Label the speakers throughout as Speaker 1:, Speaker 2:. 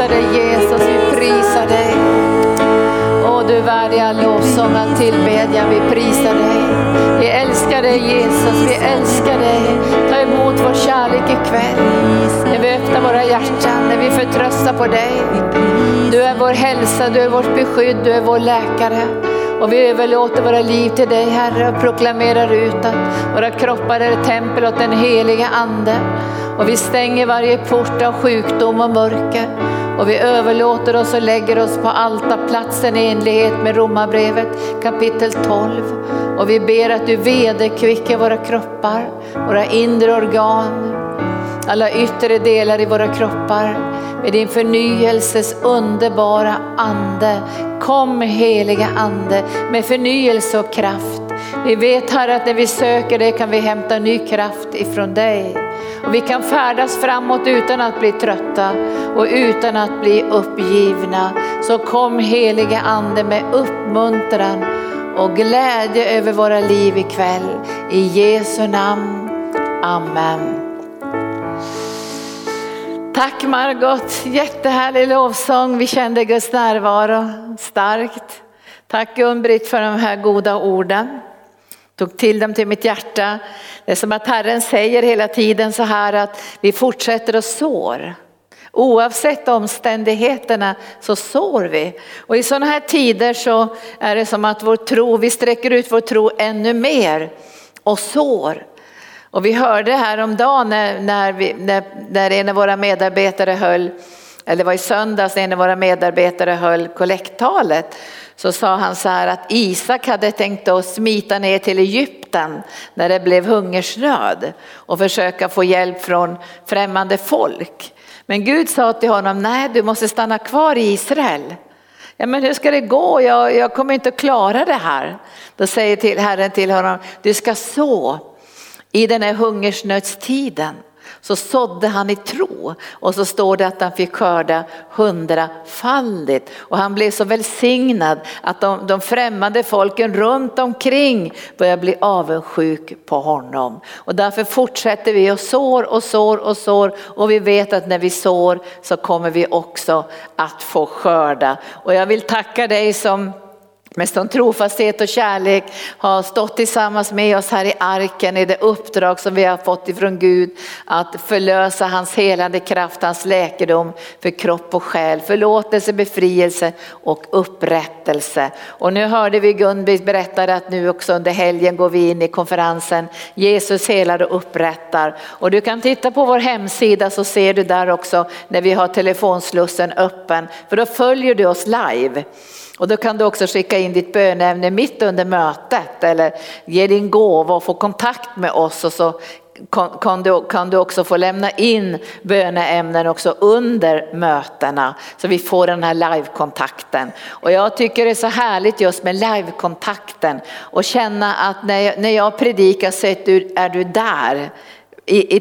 Speaker 1: prisar dig Jesus, vi prisar dig. Åh, du är värdig all lovsång, all tillbedjan, vi prisar dig. Vi älskar dig Jesus, vi älskar dig. Ta emot vår kärlek ikväll. När vi öppnar våra hjärtan, när vi förtröstar på dig. Du är vår hälsa, du är vårt beskydd, du är vår läkare. Och vi överlåter våra liv till dig, Herre, och proklamerar ut att våra kroppar är tempel åt den heliga ande. Och vi stänger varje port av sjukdom och mörker. Och vi överlåter oss och lägger oss på altarplatsen i enlighet med Romarbrevet kapitel 12. Och vi ber att du vederkvickar våra kroppar, våra inre organ, alla yttre delar i våra kroppar. Med din förnyelses underbara ande. Kom heliga ande med förnyelse och kraft. Vi vet, Herre, att när vi söker dig kan vi hämta ny kraft ifrån dig. Och vi kan färdas framåt utan att bli trötta och utan att bli uppgivna. Så kom heliga ande med uppmuntran och glädje över våra liv ikväll. I Jesu namn. Amen. Tack Margot, jättehärlig lovsång. Vi kände Guds närvaro starkt. Tack Gun-Britt för de här goda orden. Tog till dem till mitt hjärta. Det är som att Herren säger hela tiden så här att vi fortsätter att sår. Oavsett omständigheterna så sår vi. Och i sådana här tider så är det som att vår tro, vi sträcker ut vår tro ännu mer och sår. Och vi hörde här om dagen när en av våra medarbetare höll, eller det var i söndags när en av våra medarbetare höll kollekttalet, så sa han så här att Isak hade tänkt att smita ner till Egypten när det blev hungersnöd och försöka få hjälp från främmande folk. Men Gud sa till honom, nej, du måste stanna kvar i Israel. Ja, men hur ska det gå? Jag kommer inte att klara det här. Då säger Herren till honom, du ska så. I den här hungersnödstiden så sådde han i tro och så står det att han fick skörda 100-faldigt. Och han blev så välsignad att de främmande folken runt omkring började bli avundsjuk på honom. Och därför fortsätter vi och sår och sår och sår. Och vi vet att när vi sår så kommer vi också att få skörda. Och jag vill tacka dig som med sån trofasthet och kärlek har stått tillsammans med oss här i arken i det uppdrag som vi har fått ifrån Gud att förlösa hans helande kraft, hans läkedom för kropp och själ, förlåtelse, befrielse och upprättelse. Och nu hörde vi Gun-Britt berätta att nu också under helgen går vi in i konferensen Jesus helar och upprättar. Och du kan titta på vår hemsida så ser du där också när vi har telefonslussen öppen, för då följer du oss live. Och då kan du också skicka in ditt bönämne mitt under mötet eller ge din gåva och få kontakt med oss, och så kan du också få lämna in böneämnen också under mötena så vi får den här livekontakten. Och jag tycker det är så härligt just med livekontakten och känna att när jag predikar så är du där. I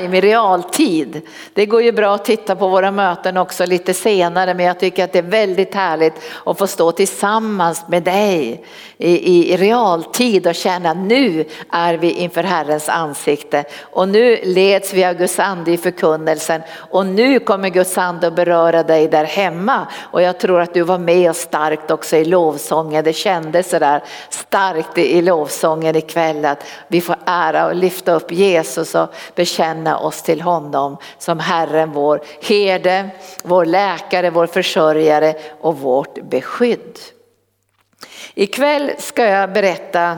Speaker 1: realtid. Det går ju bra att titta på våra möten också lite senare, men jag tycker att det är väldigt härligt att få stå tillsammans med dig i realtid och känna nu är vi inför Herrens ansikte och nu leds vi av Guds ande i förkunnelsen och nu kommer Guds ande att beröra dig där hemma. Och jag tror att du var med och starkt också i lovsången. Det kändes så där starkt i lovsången ikväll att vi får ära och lyfta upp Jesus och bekänna oss till honom som Herren, vår herde, vår läkare, vår försörjare och vårt beskydd. Ikväll ska jag berätta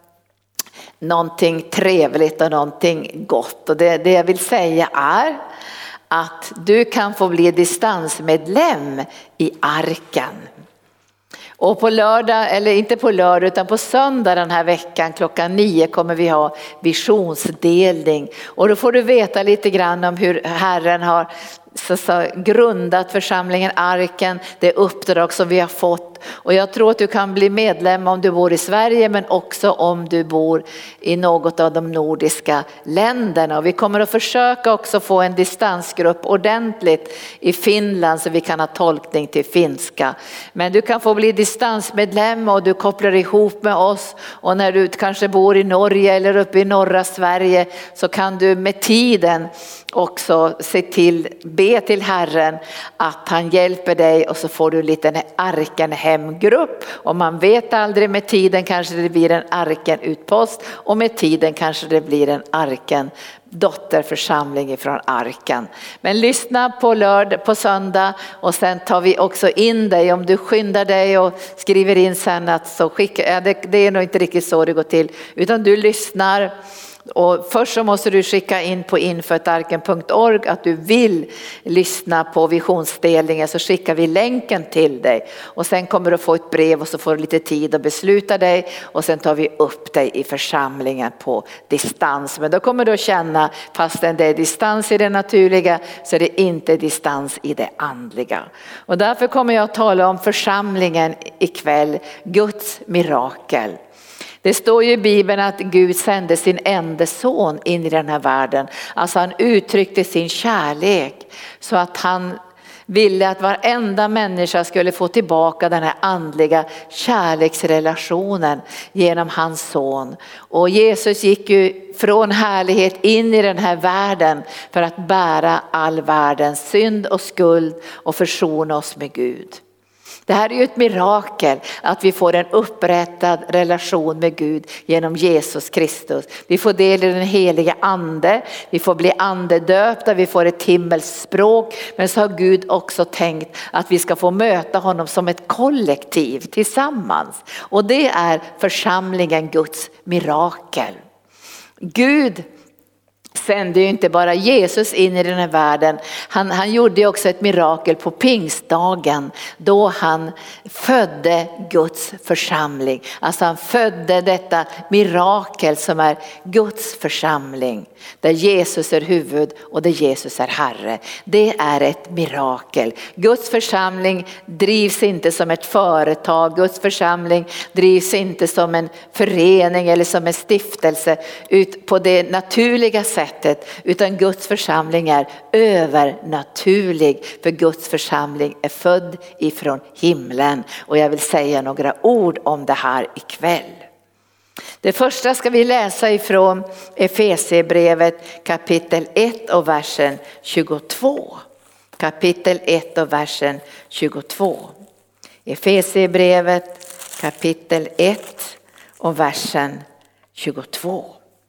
Speaker 1: någonting trevligt och någonting gott, och det jag vill säga är att du kan få bli distansmedlem i arken. Och på lördag, eller inte på lördag utan på söndag den här veckan 9:00 kommer vi ha visionsdelning. Och då får du veta lite grann om hur Herren har grundat församlingen Arken, det uppdrag som vi har fått. Och jag tror att du kan bli medlem om du bor i Sverige, men också om du bor i något av de nordiska länderna. Och vi kommer att försöka också få en distansgrupp ordentligt i Finland så vi kan ha tolkning till finska. Men du kan få bli distansmedlem och du kopplar ihop med oss. Och när du kanske bor i Norge eller uppe i norra Sverige så kan du med tiden också se till be till Herren att han hjälper dig, och så får du en liten arken hemgrupp. Och man vet aldrig, med tiden kanske det blir en arken utpost, och med tiden kanske det blir en arken dotterförsamling ifrån arken. Men lyssna på söndag, och sen tar vi också in dig. Om du skyndar dig och skriver in sen att så skicka, det är nog inte riktigt så det går till, utan du lyssnar. Och först så måste du skicka in på info@arken.org att du vill lyssna på visionsdelningen, så skickar vi länken till dig. Och sen kommer du få ett brev, och så får du lite tid att besluta dig, och sen tar vi upp dig i församlingen på distans. Men då kommer du att känna, fastän det är distans i det naturliga, så är det inte distans i det andliga. Och därför kommer jag att tala om församlingen ikväll, Guds mirakel. Det står ju i Bibeln att Gud sände sin enda son in i den här världen. Alltså han uttryckte sin kärlek, så att han ville att varenda människa skulle få tillbaka den här andliga kärleksrelationen genom hans son. Och Jesus gick ju från härlighet in i den här världen för att bära all världens synd och skuld och försona oss med Gud. Det här är ju ett mirakel, att vi får en upprättad relation med Gud genom Jesus Kristus. Vi får del i den heliga ande, vi får bli andedöpta, vi får ett himmelskt språk. Men så har Gud också tänkt att vi ska få möta honom som ett kollektiv tillsammans. Och det är församlingen, Guds mirakel. Gud sände ju inte bara Jesus in i den här världen. Han gjorde också ett mirakel på pingstdagen, då han födde Guds församling. Alltså han födde detta mirakel som är Guds församling, där Jesus är huvud och där Jesus är Herre. Det är ett mirakel. Guds församling drivs inte som ett företag. Guds församling drivs inte som en förening eller som en stiftelse ut på det naturliga sättet, utan Guds församling är övernaturlig, för Guds församling är född ifrån himlen. Och jag vill säga några ord om det här ikväll. Det första ska vi läsa ifrån Efesierbrevet kapitel 1 och versen 22. Kapitel 1 och versen 22. Efesierbrevet kapitel 1 och versen 22.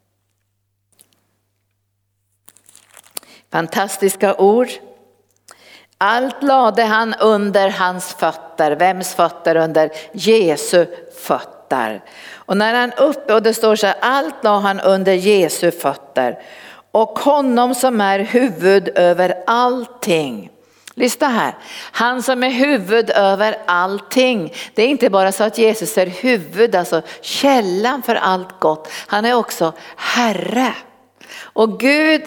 Speaker 1: Fantastiska ord. Allt lade han under hans fötter. Vems fötter? Under Jesu fötter. Och när han uppe, och det står så här, allt lade han under Jesu fötter. Och honom som är huvud över allting. Lyssna här. Han som är huvud över allting. Det är inte bara så att Jesus är huvud, alltså källan för allt gott. Han är också Herre. Och Gud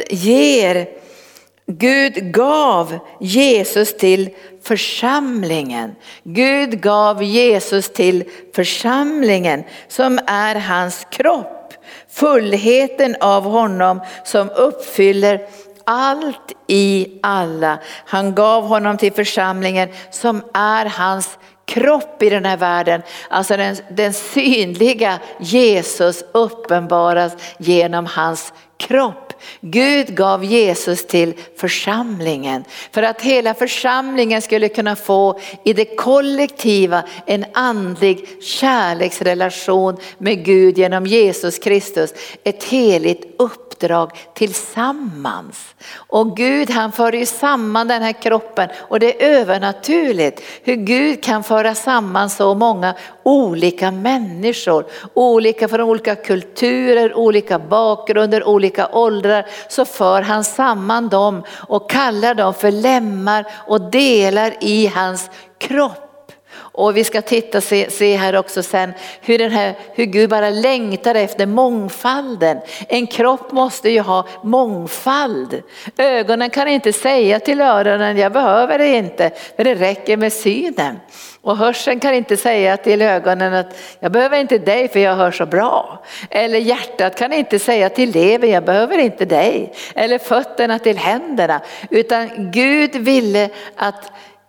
Speaker 1: gav Jesus till församlingen. Gud gav Jesus till församlingen som är hans kropp. Fullheten av honom som uppfyller allt i alla. Han gav honom till församlingen som är hans kropp i den här världen. Alltså den synliga Jesus uppenbaras genom hans kropp. Gud gav Jesus till församlingen för att hela församlingen skulle kunna få i det kollektiva en andlig kärleksrelation med Gud genom Jesus Kristus. Ett heligt uppdrag tillsammans. Och Gud, han för ju samman den här kroppen, och det är övernaturligt hur Gud kan föra samman så många olika människor, olika från olika kulturer, olika bakgrunder, olika åldrar, så för han samman dem och kallar dem för lemmar och delar i hans kropp. Och vi ska titta och se här också sen hur Gud bara längtar efter mångfalden. En kropp måste ju ha mångfald. Ögonen kan inte säga till öronen, jag behöver det inte, för det räcker med synen. Och hörseln kan inte säga till ögonen att jag behöver inte dig för jag hör så bra. Eller hjärtat kan inte säga till levern, jag behöver inte dig. Eller fötterna till händerna. Utan Gud ville att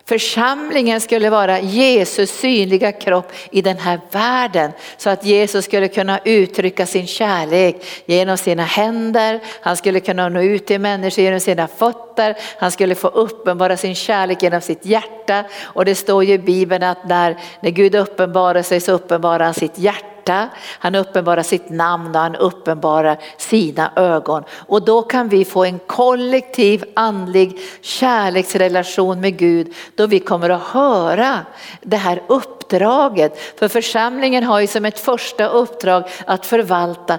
Speaker 1: Församlingen skulle vara Jesus synliga kropp i den här världen, så att Jesus skulle kunna uttrycka sin kärlek genom sina händer. Han skulle kunna nå ut till människor genom sina fötter. Han skulle få uppenbara sin kärlek genom sitt hjärta. Och det står ju i Bibeln att när Gud uppenbarar sig så uppenbarar han sitt hjärta. Han uppenbarar sitt namn och han uppenbarar sina ögon. Och då kan vi få en kollektiv andlig kärleksrelation med Gud, då vi kommer att höra det här uppdraget. För församlingen har ju som ett första uppdrag att förvalta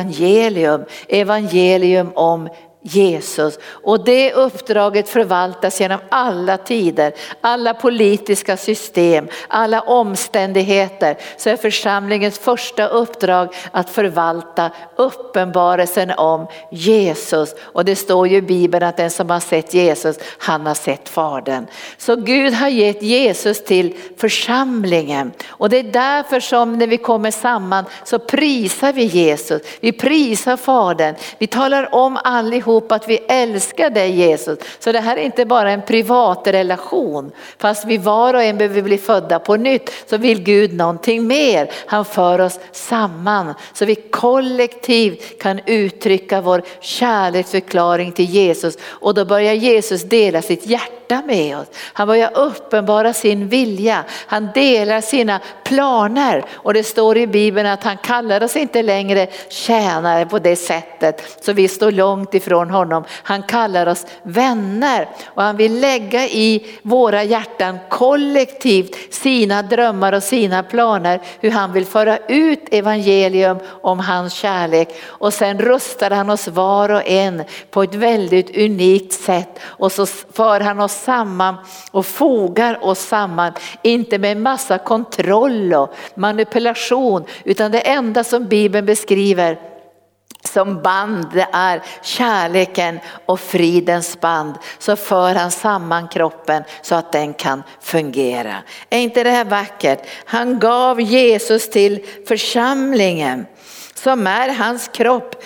Speaker 1: evangelium om Jesus, och det uppdraget förvaltas genom alla tider, alla politiska system, alla omständigheter. Så är församlingens första uppdrag att förvalta uppenbarelsen om Jesus. Och det står ju i Bibeln att den som har sett Jesus, han har sett Fadern. Så Gud har gett Jesus till församlingen, och det är därför som när vi kommer samman så prisar vi Jesus, vi prisar Fadern, vi talar om allihop att vi älskar dig Jesus. Så det här är inte bara en privat relation. Fast vi var och en behöver bli födda på nytt, så vill Gud någonting mer. Han för oss samman så vi kollektivt kan uttrycka vår kärleksförklaring till Jesus. Och då börjar Jesus dela sitt hjärta med oss. Han börjar uppenbara sin vilja. Han delar sina planer. Och det står i Bibeln att han kallar oss inte längre tjänare på det sättet så vi står långt ifrån honom. Han kallar oss vänner, och han vill lägga i våra hjärtan kollektivt sina drömmar och sina planer, hur han vill föra ut evangelium om hans kärlek. Och sen rustar han oss var och en på ett väldigt unikt sätt, och så för han oss samman och fogar oss samman, inte med en massa kontroll och manipulation, utan det enda som Bibeln beskriver som band, det är kärleken och fridens band. Så för han samman kroppen så att den kan fungera. Är inte det här vackert? Han gav Jesus till församlingen som är hans kropp,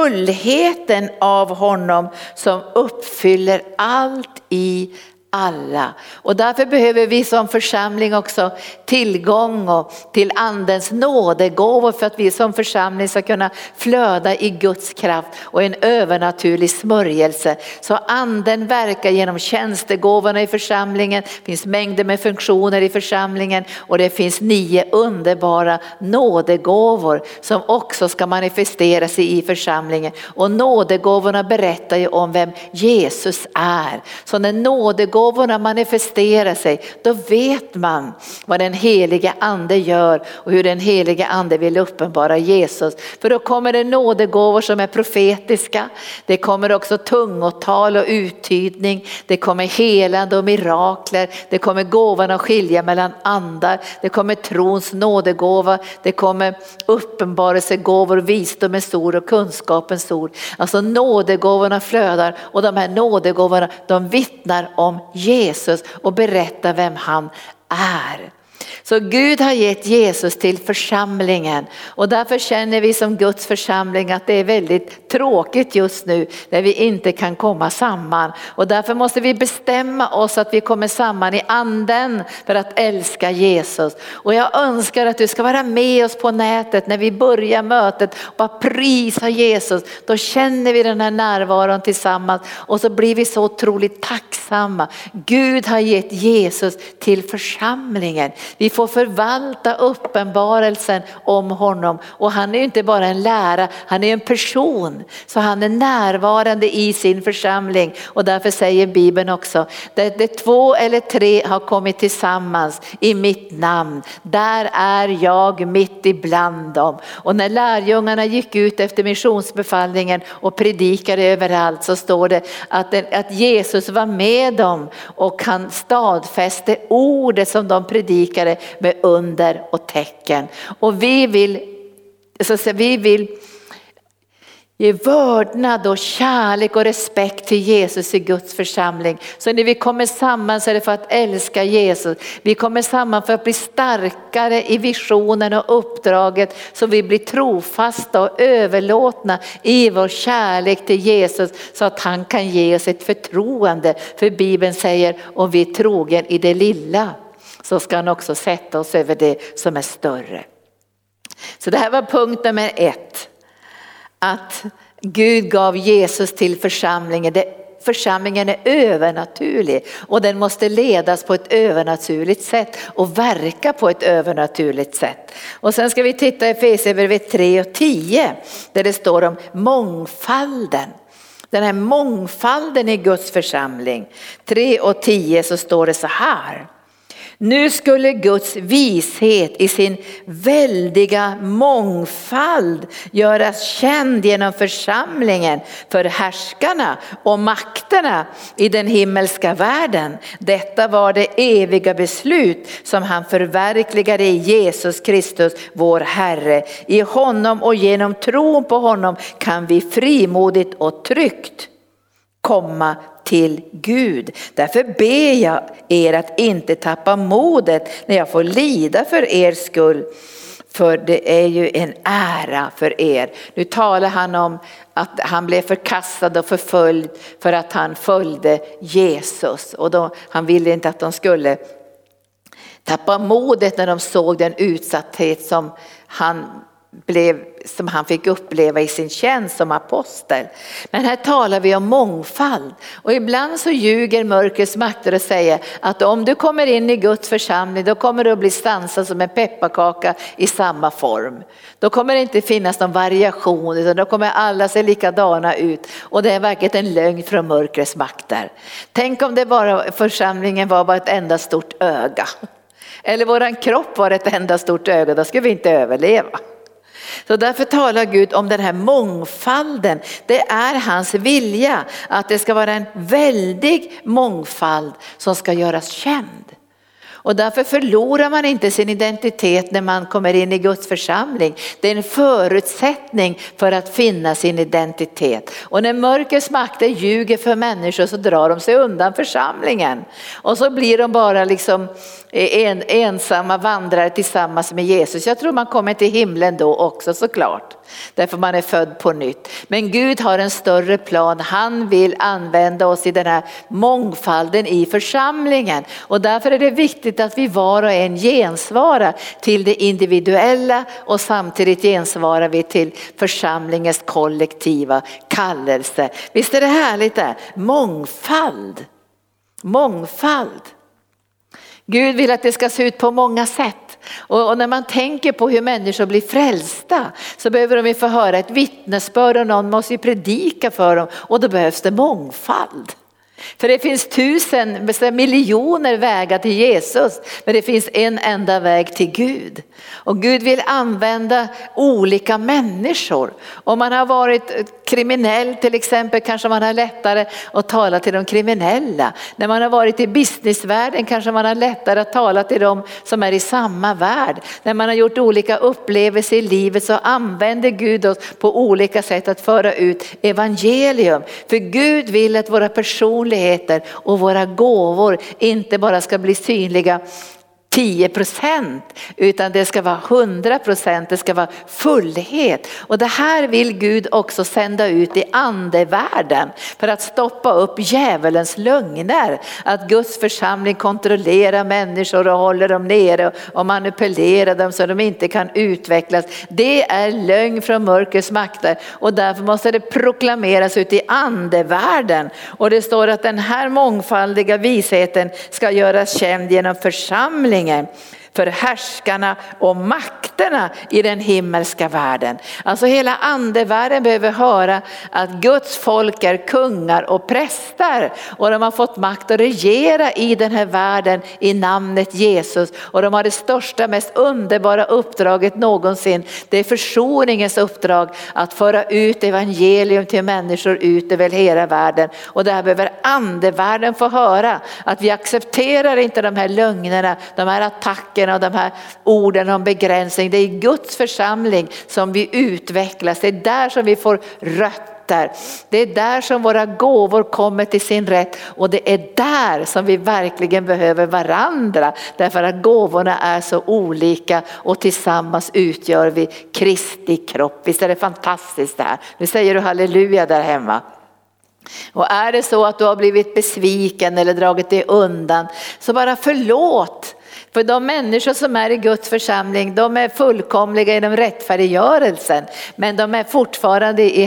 Speaker 1: fullheten av honom som uppfyller allt i alla. Och därför behöver vi som församling också tillgång och till andens nådegåvor, för att vi som församling ska kunna flöda i Guds kraft och en övernaturlig smörjelse. Så anden verkar genom tjänstegåvorna i församlingen. Det finns mängder med funktioner i församlingen, och det finns 9 underbara nådegåvor som också ska manifestera sig i församlingen. Och nådegåvorna berättar ju om vem Jesus är. Så när nådegåvorna manifesterar sig, då vet man vad den heliga ande gör och hur den heliga ande vill uppenbara Jesus. För då kommer det nådegåvor som är profetiska, det kommer också tungotal och uttydning, det kommer helande och mirakler, det kommer gåvan att skilja mellan andar, det kommer trons nådegåva, det kommer uppenbarelsegåvor, visdomens ord och kunskapens ord. Alltså nådegåvorna flödar, och de här nådegåvorna, de vittnar om Jesus och berättar vem han är. Så Gud har gett Jesus till församlingen, och därför känner vi som Guds församling att det är väldigt tråkigt just nu när vi inte kan komma samman. Och därför måste vi bestämma oss att vi kommer samman i anden för att älska Jesus. Och jag önskar att du ska vara med oss på nätet när vi börjar mötet och bara prisa Jesus. Då känner vi den här närvaron tillsammans, och så blir vi så otroligt tacksamma. Gud har gett Jesus till församlingen. Vi får förvalta uppenbarelsen om honom, och han är ju inte bara en lära, han är en person, så han är närvarande i sin församling. Och därför säger Bibeln också, där 2 eller 3 har kommit tillsammans i mitt namn, där är jag mitt ibland dem. Och när lärjungarna gick ut efter missionsbefallningen och predikade överallt, så står det att Jesus var med dem, och han stadfäste ordet som de predikade med under och tecken. Och vi vill Ge vördnad och kärlek och respekt till Jesus i Guds församling. Så när vi kommer samman så är det för att älska Jesus. Vi kommer samman för att bli starkare i visionen och uppdraget. Så vi blir trofasta och överlåtna i vår kärlek till Jesus. Så att han kan ge oss ett förtroende. För Bibeln säger, om vi är trogen i det lilla så ska han också sätta oss över det som är större. Så det här var punkt nummer 1. Att Gud gav Jesus till församlingen. Församlingen är övernaturlig och den måste ledas på ett övernaturligt sätt och verka på ett övernaturligt sätt. Och sen ska vi titta i Efesierbrevet 3:10 där det står om mångfalden. Den här mångfalden i Guds församling. 3:10 så står det så här. Nu skulle Guds vishet i sin väldiga mångfald göras känd genom församlingen för härskarna och makterna i den himmelska världen. Detta var det eviga beslut som han förverkligade i Jesus Kristus, vår Herre. I honom och genom tron på honom kan vi frimodigt och tryggt komma till Gud. Därför ber jag er att inte tappa modet när jag får lida för er skull. För det är ju en ära för er. Nu talar han om att han blev förkastad och förföljd för att han följde Jesus. Och han ville inte att de skulle tappa modet när de såg den utsatthet som han fick uppleva i sin tjänst som apostel. Men här talar vi om mångfald. Och ibland så ljuger mörkrets makter och säger att om du kommer in i Guds församling då kommer du att bli stansad som en pepparkaka i samma form. Då kommer det inte finnas någon variation utan då kommer alla se likadana ut. Och det är verkligen en lögn från mörkrets makter. Tänk om församlingen var bara ett enda stort öga. Eller våran kropp var ett enda stort öga, då skulle vi inte överleva. Så därför talar Gud om den här mångfalden. Det är hans vilja att det ska vara en väldig mångfald som ska göras känd. Och därför förlorar man inte sin identitet när man kommer in i Guds församling. Det är en förutsättning för att finna sin identitet. Och när mörkrets makter ljuger för människor så drar de sig undan församlingen. Och så blir de bara liksom ensamma vandrare tillsammans med Jesus. Jag tror man kommer till himlen då också såklart. Därför man är född på nytt. Men Gud har en större plan. Han vill använda oss i den här mångfalden i församlingen. Och därför är det viktigt att vi var och en gensvarar till det individuella och samtidigt gensvarar vi till församlingens kollektiva kallelse. Visst är det härligt där? Mångfald. Mångfald. Gud vill att det ska se ut på många sätt. Och när man tänker på hur människor blir frälsta så behöver de ju få höra ett vittnesbörd och någon måste ju predika för dem. Och då behövs det mångfald. För det finns miljoner vägar till Jesus, men det finns en enda väg till Gud. Och Gud vill använda olika människor. Om man har varit kriminell till exempel kanske man har lättare att tala till de kriminella. När man har varit i businessvärlden kanske man har lättare att tala till dem som är i samma värld. När man har gjort olika upplevelser i livet så använder Gud oss på olika sätt att föra ut evangelium. För Gud vill att våra personligheter och våra gåvor inte bara ska bli synliga 10% utan det ska vara 100%, det ska vara fullhet. Och det här vill Gud också sända ut i andevärlden för att stoppa upp djävulens lögner. Att Guds församling kontrollerar människor och håller dem nere och manipulerar dem så de inte kan utvecklas. Det är lögn från mörkrets makter och därför måste det proklameras ut i andevärlden. Och det står att den här mångfaldiga visheten ska göras känd genom församlingen för härskarna och makterna i den himmelska världen. Alltså hela andevärlden behöver höra att Guds folk är kungar och präster och de har fått makt att regera i den här världen i namnet Jesus och de har det största, mest underbara uppdraget någonsin. Det är försoningens uppdrag att föra ut evangelium till människor ut över hela världen och där behöver andevärlden få höra att vi accepterar inte de här lögnerna, de här attackerna tanken och de här orden om begränsning. Det är i Guds församling som vi utvecklas. Det är där som vi får rötter. Det är där som våra gåvor kommer till sin rätt. Och det är där som vi verkligen behöver varandra. Därför att gåvorna är så olika och tillsammans utgör vi Kristi kropp. Visst är det fantastiskt det här? Nu säger du halleluja där hemma. Och är det så att du har blivit besviken eller dragit dig undan, så bara förlåt. För de människor som är i Guds församling, de är fullkomliga i den rättfärdiggörelsen. Men de är fortfarande i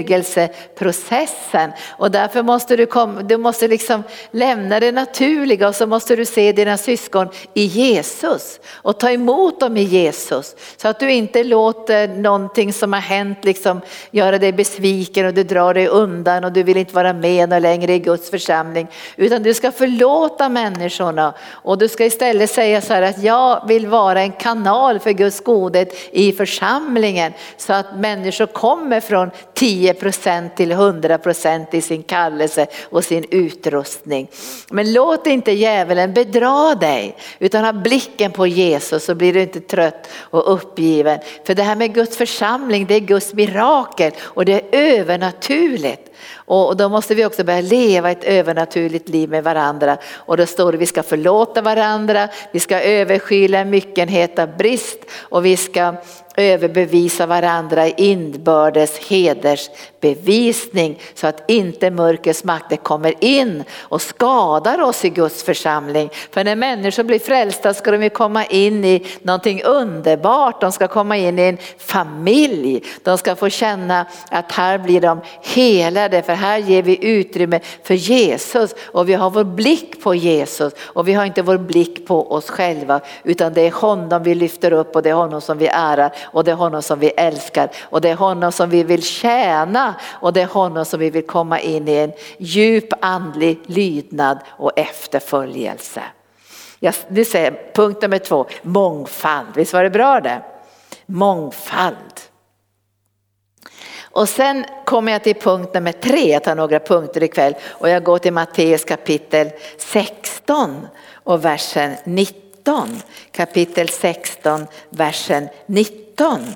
Speaker 1: helgelseprocessen. Och därför måste du måste liksom lämna det naturliga. Och så måste du se dina syskon i Jesus. Och ta emot dem i Jesus. Så att du inte låter någonting som har hänt liksom göra dig besviken. Och du drar dig undan och du vill inte vara med längre i Guds församling. Utan du ska förlåta människorna. Och du ska istället säga så här att jag vill vara en kanal för Guds godhet i församlingen, så att människor kommer från 10% till 100% i sin kallelse och sin utrustning. Men låt inte djävulen bedra dig, utan ha blicken på Jesus, så blir du inte trött och uppgiven. För det här med Guds församling, det är Guds mirakel och det är övernaturligt. Och då måste vi också börja leva ett övernaturligt liv med varandra. Och då står det att vi ska förlåta varandra, vi ska överskyla myckenhet av brist och vi ska överbevisa varandra i inbördes hedersbevisning, så att inte mörkrets makter kommer in och skadar oss i Guds församling. För när människor blir frälsta ska de ju komma in i någonting underbart. De ska komma in i en familj. De ska få känna att här blir de helade, för här ger vi utrymme för Jesus och vi har vår blick på Jesus och vi har inte vår blick på oss själva, utan det är honom vi lyfter upp och det är honom som vi ärar. Och det är honom som vi älskar och det är honom som vi vill tjäna och det är honom som vi vill komma in i en djup andlig lydnad och efterföljelse. Nu säger punkt nummer 2, mångfald. Visst var det bra det? Mångfald. Och sen kommer jag till punkt nummer 3, jag tar några punkter ikväll och jag går till Matteus kapitel 16 och versen 19. Kapitel 16, versen 19.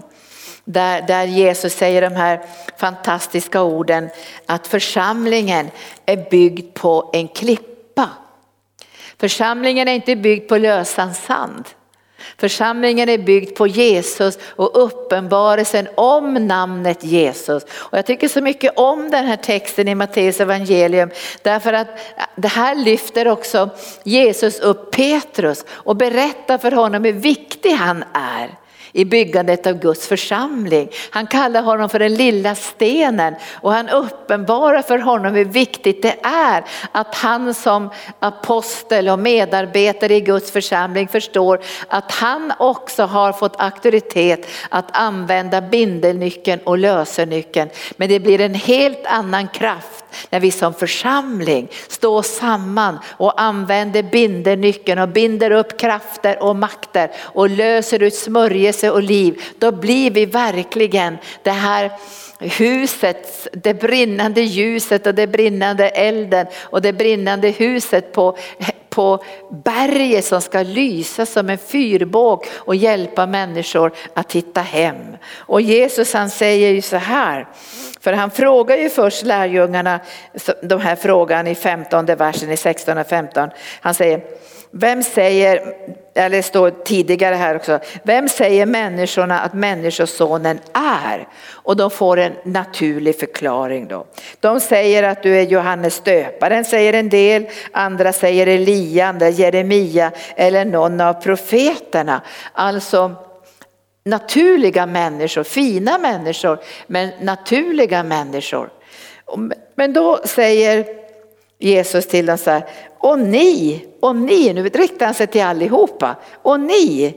Speaker 1: Där Jesus säger de här fantastiska orden att församlingen är byggd på en klippa. Församlingen är inte byggd på lösan sand. Församlingen är byggd på Jesus och uppenbarelsen om namnet Jesus. Och jag tycker så mycket om den här texten i Matteus evangelium, därför att det här lyfter också Jesus upp Petrus och berättar för honom hur viktig han är i byggandet av Guds församling. Han kallar honom för den lilla stenen och han uppenbarar för honom hur viktigt det är att han som apostel och medarbetare i Guds församling förstår att han också har fått auktoritet att använda bindelnyckeln och lösennyckeln. Men det blir en helt annan kraft när vi som församling står samman och använder bindelnyckeln och binder upp krafter och makter och löser ut smörjelse och liv. Då blir vi verkligen det här huset, det brinnande ljuset och det brinnande elden och det brinnande huset på berget som ska lysa som en fyrbåg och hjälpa människor att hitta hem. Och Jesus han säger ju så här, för han frågar ju först lärjungarna de här frågan i 15:e versen i 16 och 15. Han säger, vem säger, eller står tidigare här också, vem säger människorna att människosonen är? Och de får en naturlig förklaring då. De säger att du är Johannes döparen, säger en del. Andra säger Elia, andra Jeremia eller någon av profeterna. Alltså naturliga människor, fina människor, men naturliga människor. Men då säger Jesus till dem så här, och ni, nu riktar han sig till allihopa. Och ni,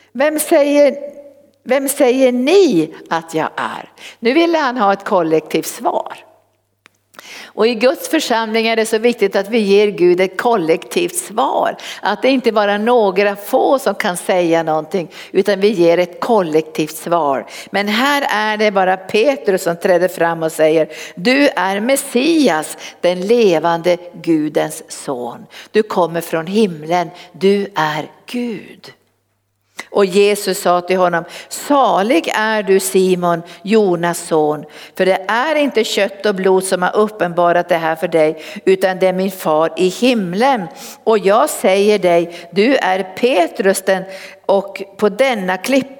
Speaker 1: vem säger ni att jag är? Nu vill han ha ett kollektivt svar. Och i Guds församling är det så viktigt att vi ger Gud ett kollektivt svar. Att det inte bara några få som kan säga någonting, utan vi ger ett kollektivt svar. Men här är det bara Petrus som träder fram och säger, du är Messias, den levande Gudens son. Du kommer från himlen, du är Gud. Och Jesus sa till honom: salig är du Simon, Jonas son, för det är inte kött och blod som har uppenbarat det här för dig, utan det är min far i himlen. Och jag säger dig, du är Petrus, och på denna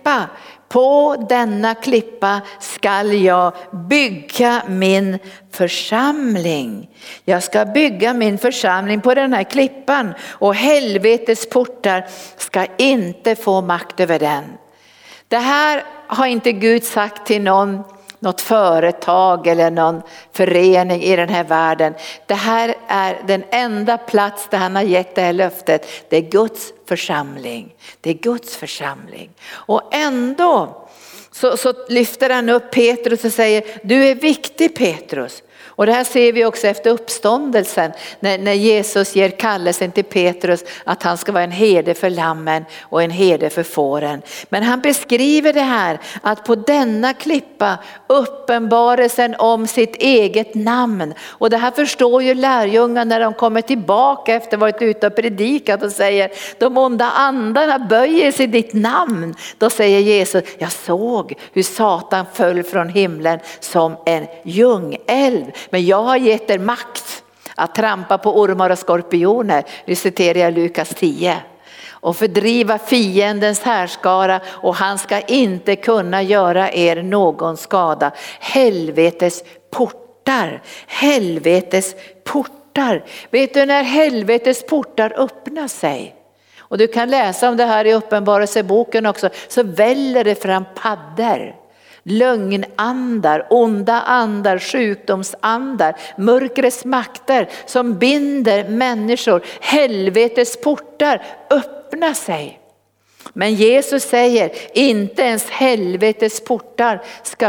Speaker 1: klippa skall jag bygga min församling. Jag ska bygga min församling på den här klippan, och helvetets portar ska inte få makt över den. Det här har inte Gud sagt till något företag eller någon förening i den här världen. Det här är den enda plats där han har gett det här löftet. Det är Guds församling. Det är Guds församling. Och ändå så lyfter han upp Petrus och säger: du är viktig, Petrus. Och det här ser vi också efter uppståndelsen, när Jesus ger kallelsen till Petrus att han ska vara en herde för lammen och en herde för fåren. Men han beskriver det här, att på denna klippa uppenbarelsen om sitt eget namn. Och det här förstår ju lärjungarna när de kommer tillbaka efter att ha varit ute och predikat och säger: de onda andarna böjer sig ditt namn. Då säger Jesus: jag såg hur Satan föll från himlen som en ljungälv. Men jag har gett er makt att trampa på ormar och skorpioner. Nu citerar jag Lukas 10. Och fördriva fiendens härskara, och han ska inte kunna göra er någon skada. Helvetes portar. Helvetes portar. Vet du när helvetes portar öppnar sig? Och du kan läsa om det här i Uppenbarelseboken också. Så väller det fram paddor. Lögnandar, onda andar, sjukdomsandar, mörkrets makter som binder människor. Helvetes portar öppnar sig. Men Jesus säger: inte ens helvetes portar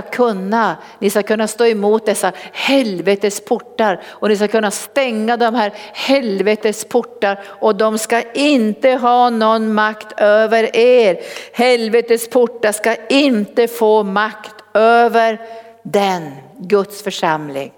Speaker 1: ni ska kunna stå emot dessa helvetes portar, och ni ska kunna stänga de här helvetes portar, och de ska inte ha någon makt över er. Helvetes portar ska inte få makt över den, Guds församling.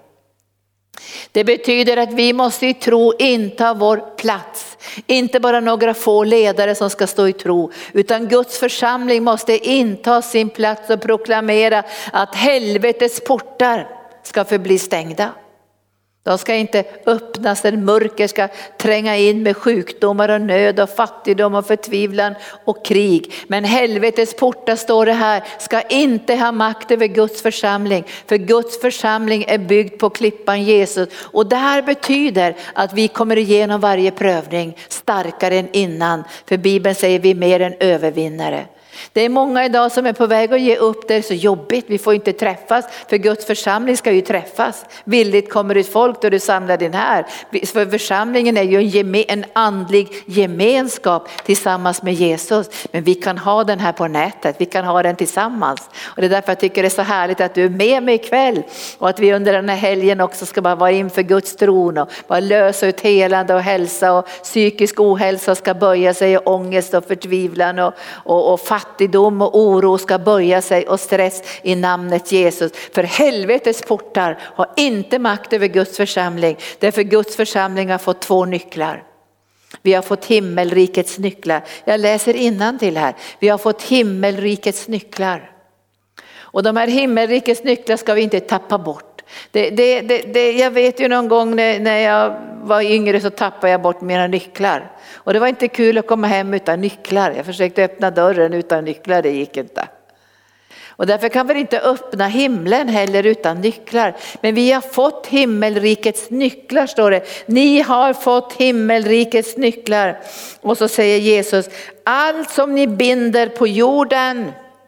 Speaker 1: Det betyder att vi måste i tro inta vår plats. Inte bara några få ledare som ska stå i tro, utan Guds församling måste inta sin plats och proklamera att helvetets portar ska förbli stängda. De ska inte öppnas, den mörker ska tränga in med sjukdomar och nöd och fattigdom och förtvivlan och krig. Men helvetets portar, står det här, ska inte ha makt över Guds församling. För Guds församling är byggd på klippan Jesus. Och det här betyder att vi kommer igenom varje prövning starkare än innan. För Bibeln säger vi är mer än övervinnare. Det är många idag som är på väg att ge upp. Det är så jobbigt, vi får inte träffas. För Guds församling ska ju träffas. Villigt kommer ut folk då du samlar din här. För församlingen är ju en andlig gemenskap tillsammans med Jesus. Men vi kan ha den här på nätet, vi kan ha den tillsammans. Och det är därför jag tycker det är så härligt att du är med mig ikväll. Och att vi under den här helgen också ska bara vara inför Guds tron och bara lösa ut helande och hälsa. Och psykisk ohälsa ska böja sig, och ångest och förtvivlan och fattigdom och oro ska böja sig, och stress i namnet Jesus. För helvetets portar har inte makt över Guds församling. Därför Guds församling har fått 2 nycklar. Vi har fått himmelrikets nycklar. Jag läser innantill här. Vi har fått himmelrikets nycklar. Och de här himmelrikets nycklar ska vi inte tappa bort. Jag vet ju någon gång när jag var yngre så tappade jag bort mina nycklar. Och det var inte kul att komma hem utan nycklar. Jag försökte öppna dörren utan nycklar, det gick inte. Och därför kan vi inte öppna himlen heller utan nycklar. Men vi har fått himmelrikets nycklar, står det. Ni har fått himmelrikets nycklar. Och så säger Jesus: allt som ni binder på jorden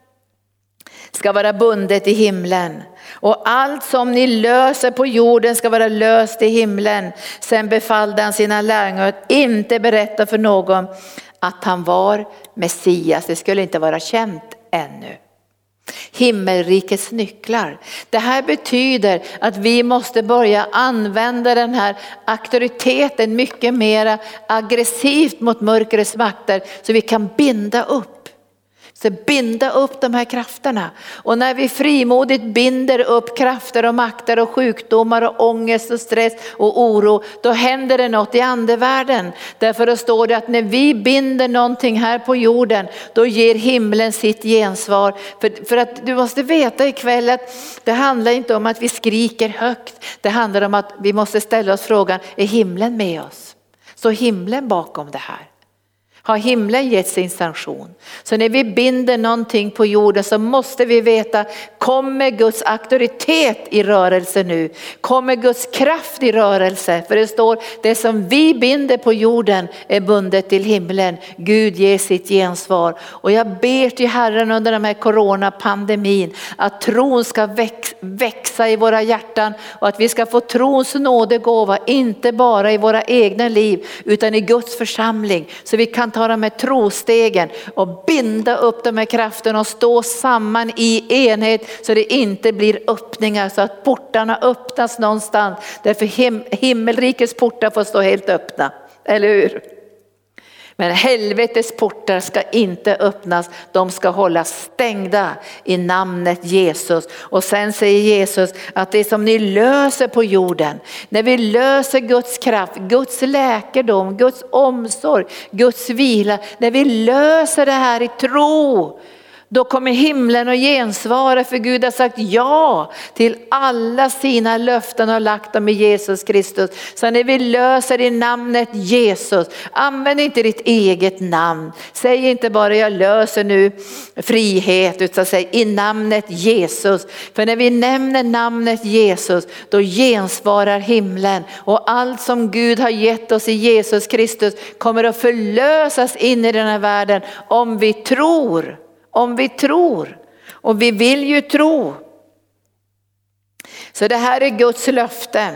Speaker 1: ska vara bundet i himlen. Och allt som ni löser på jorden ska vara löst i himlen. Sen befallde han sina lärjungar att inte berätta för någon att han var Messias. Det skulle inte vara känt ännu. Himmelrikets nycklar. Det här betyder att vi måste börja använda den här auktoriteten mycket mer aggressivt mot mörkrets makter, så vi kan binda upp. Så binda upp de här krafterna. Och när vi frimodigt binder upp krafter och makter och sjukdomar och ångest och stress och oro, då händer det något i andevärlden. Därför då står det att när vi binder någonting här på jorden, då ger himlen sitt gensvar. För att du måste veta ikväll att det handlar inte om att vi skriker högt. Det handlar om att vi måste ställa oss frågan, är himlen med oss? Så himlen bakom det här. Har himlen gett sin sanktion? Så när vi binder någonting på jorden så måste vi veta, kommer Guds auktoritet i rörelse nu? Kommer Guds kraft i rörelse? För det står, det som vi binder på jorden är bundet till himlen. Gud ger sitt gensvar. Och jag ber till Herren under den här coronapandemin att tron ska växa i våra hjärtan och att vi ska få trons nådegåva, inte bara i våra egna liv utan i Guds församling. Så vi kan ta de här trostegen och binda upp de här krafterna och stå samman i enhet så det inte blir öppningar, så att portarna öppnas någonstans. Därför himmelrikets portar får stå helt öppna, eller hur? Men helvetets portar ska inte öppnas, de ska hållas stängda i namnet Jesus. Och sen säger Jesus att det som ni löser på jorden, när vi löser Guds kraft, Guds läkedom, Guds omsorg, Guds vila, när vi löser det här i tro, då kommer himlen att gensvara, för Gud har sagt ja till alla sina löften och lagt dem i Jesus Kristus. Så när vi löser i namnet Jesus, använd inte ditt eget namn. Säg inte bara jag löser nu frihet, utan säg i namnet Jesus. För när vi nämner namnet Jesus, då gensvarar himlen. Och allt som Gud har gett oss i Jesus Kristus kommer att förlösas in i den här världen om vi tror. Om vi tror, och vi vill ju tro. Så det här är Guds löfte.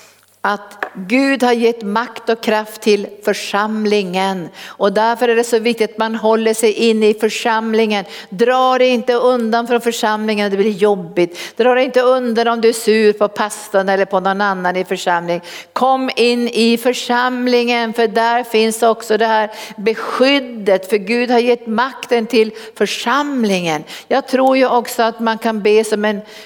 Speaker 1: Att Gud har gett makt och kraft till församlingen. Och därför är det så viktigt att man håller sig inne i församlingen. Dra dig inte undan från församlingen, det blir jobbigt. Dra dig inte undan om du är sur på pastorn eller på någon annan i församlingen. Kom in i församlingen, för där finns också det här beskyddet. För Gud har gett makten till församlingen. Jag tror ju också att man kan be som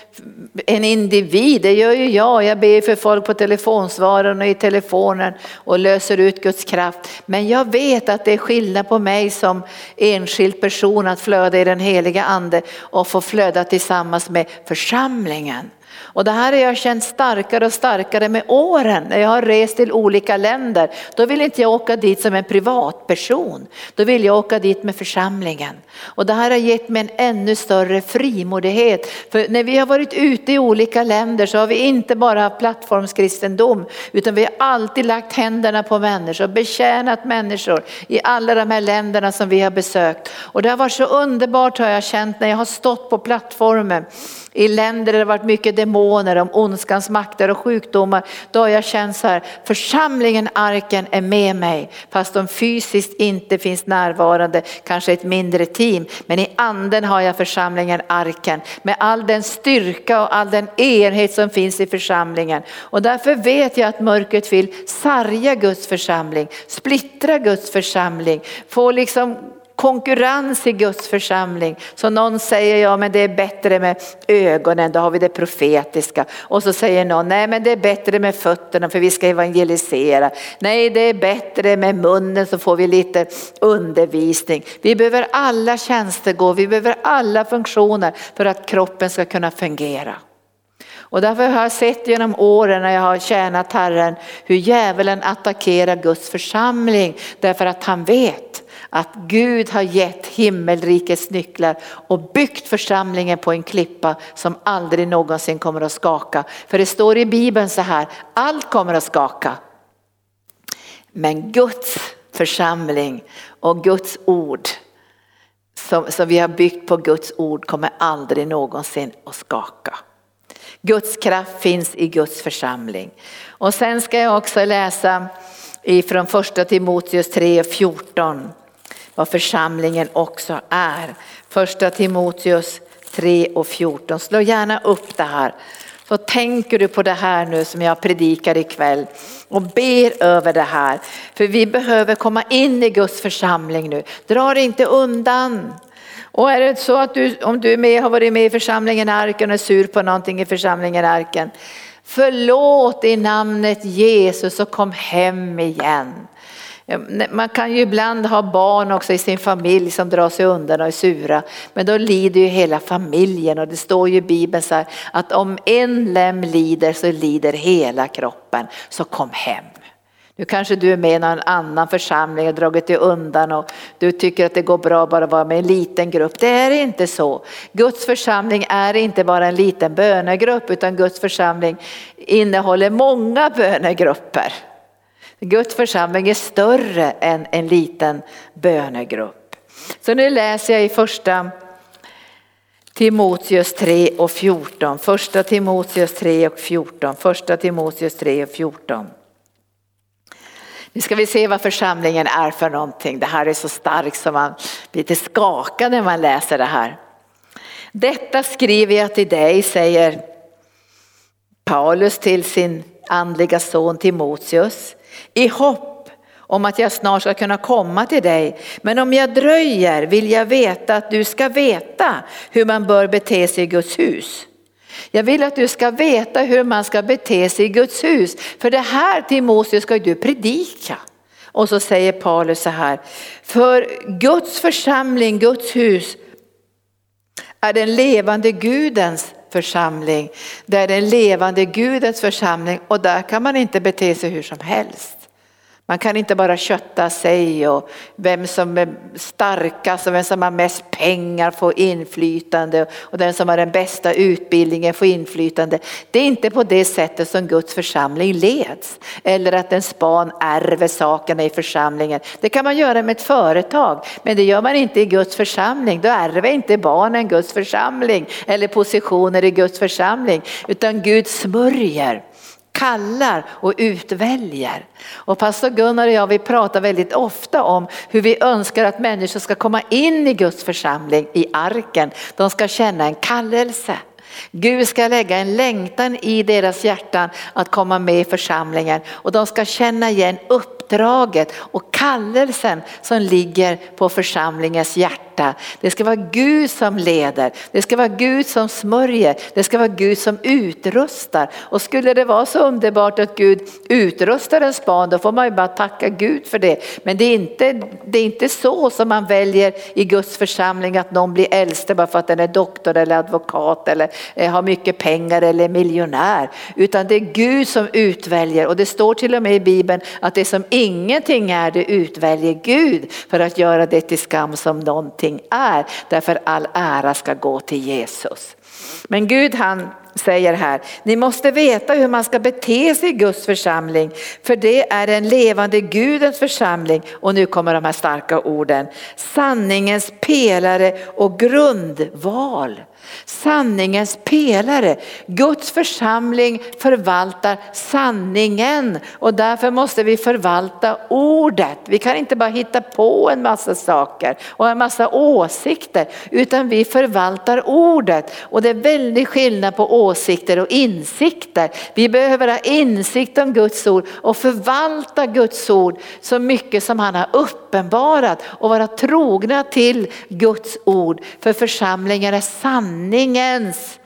Speaker 1: en individ. Det gör ju jag. Jag ber för folk på telefonsvaren och i telefonen och löser ut Guds kraft. Men jag vet att det är skillnad på mig som enskild person att flöda i den heliga ande och få flöda tillsammans med församlingen. Och det här har jag känt starkare och starkare med åren. När jag har rest till olika länder, då vill inte jag åka dit som en privatperson. Då vill jag åka dit med församlingen. Och det här har gett mig en ännu större frimodighet. För när vi har varit ute i olika länder så har vi inte bara haft plattformskristendom, utan vi har alltid lagt händerna på människor, betjänat människor i alla de här länderna som vi har besökt. Och det har varit så underbart, har jag känt, när jag har stått på plattformen i länder där det har varit mycket demoner, om ondskans makter och sjukdomar. Då har jag känt så här, församlingen, arken är med mig. Fast de fysiskt inte finns närvarande, kanske ett mindre team. Men i anden har jag församlingen, arken. Med all den styrka och all den enhet som finns i församlingen. Och därför vet jag att mörkret vill sarga Guds församling. Splittra Guds församling. Få liksom konkurrens i Guds församling. Så någon säger, ja men det är bättre med ögonen, då har vi det profetiska. Och så säger någon, nej men det är bättre med fötterna för vi ska evangelisera. Nej, det är bättre med munnen så får vi lite undervisning. Vi behöver alla tjänster gå, vi behöver alla funktioner för att kroppen ska kunna fungera. Och därför har jag sett genom åren när jag har tjänat Herren hur djävulen attackerar Guds församling. Därför att han vet att Gud har gett himmelrikets nycklar och byggt församlingen på en klippa som aldrig någonsin kommer att skaka. För det står i Bibeln så här, allt kommer att skaka. Men Guds församling och Guds ord som vi har byggt på Guds ord kommer aldrig någonsin att skaka. Guds kraft finns i Guds församling. Och sen ska jag också läsa ifrån första Timoteus 3:14. Vad församlingen också är. Första Timoteus 3:14. Slå gärna upp det här. Så tänker du på det här nu som jag predikar ikväll. Och ber över det här. För vi behöver komma in i Guds församling nu. Dra det inte undan. Och är det så att om du har varit med i församlingen Arken och är sur på någonting i församlingen Arken, förlåt i namnet Jesus och kom hem igen. Man kan ju ibland ha barn också i sin familj som drar sig undan och är sura. Men då lider ju hela familjen, och det står ju i Bibeln så här, att om en lem lider så lider hela kroppen. Så kom hem. Nu kanske du är med i någon annan församling och dragit dig undan och du tycker att det går bra bara att vara med en liten grupp. Det är inte så. Guds församling är inte bara en liten bönegrupp, utan Guds församling innehåller många bönegrupper. Guds församling är större än en liten bönegrupp. Så nu läser jag i första Timoteus 3 och 14. Första Timoteus 3 och 14. Första Timoteus 3 och 14. Nu ska vi se vad församlingen är för någonting. Det här är så starkt som man blir lite skakad när man läser det här. Detta skriver jag till dig, säger Paulus till sin andliga son Timoteus, i hopp om att jag snart ska kunna komma till dig. Men om jag dröjer vill jag veta att du ska veta hur man bör bete sig i Guds hus. Jag vill att du ska veta hur man ska bete sig i Guds hus. För det här, Timoteus, ska du predika. Och så säger Paulus så här: för Guds församling, Guds hus, är den levande Gudens församling. Det är den levande Gudens församling, och där kan man inte bete sig hur som helst. Man kan inte bara kötta sig och vem som är starkast och vem som har mest pengar får inflytande och den som har den bästa utbildningen får inflytande. Det är inte på det sättet som Guds församling leds. Eller att en span ärver sakerna i församlingen. Det kan man göra med ett företag, men det gör man inte i Guds församling. Då ärver inte barnen Guds församling eller positioner i Guds församling, utan Gud smörjer, kallar och utväljer. Och pastor Gunnar och jag, vi pratar väldigt ofta om hur vi önskar att människor ska komma in i Guds församling i arken. De ska känna en kallelse. Gud ska lägga en längtan i deras hjärtan att komma med i församlingen, och de ska känna igen uppdraget och kallelsen som ligger på församlingens hjärta. Det ska vara Gud som leder, det ska vara Gud som smörjer, det ska vara Gud som utrustar. Och skulle det vara så underbart att Gud utrustar en span, då får man ju bara tacka Gud för det. Men det är inte så som man väljer i Guds församling, att någon blir äldste bara för att den är doktor eller advokat eller har mycket pengar eller miljonär. Utan det är Gud som utväljer, och det står till och med i Bibeln att det som ingenting är, det utväljer Gud för att göra det till skam som någonting är. Därför all ära ska gå till Jesus. Men Gud, han säger här: ni måste veta hur man ska bete sig i Guds församling, för det är en levande Gudens församling. Och nu kommer de här starka orden: sanningens pelare och grundval. Sanningens pelare. Guds församling förvaltar sanningen, och därför måste vi förvalta ordet. Vi kan inte bara hitta på en massa saker och en massa åsikter, utan vi förvaltar ordet. Och det är väldigt skillnad på åsikter och insikter. Vi behöver ha insikt om Guds ord och förvalta Guds ord så mycket som han har uppenbarat, och vara trogna till Guds ord. För församlingen är sanningens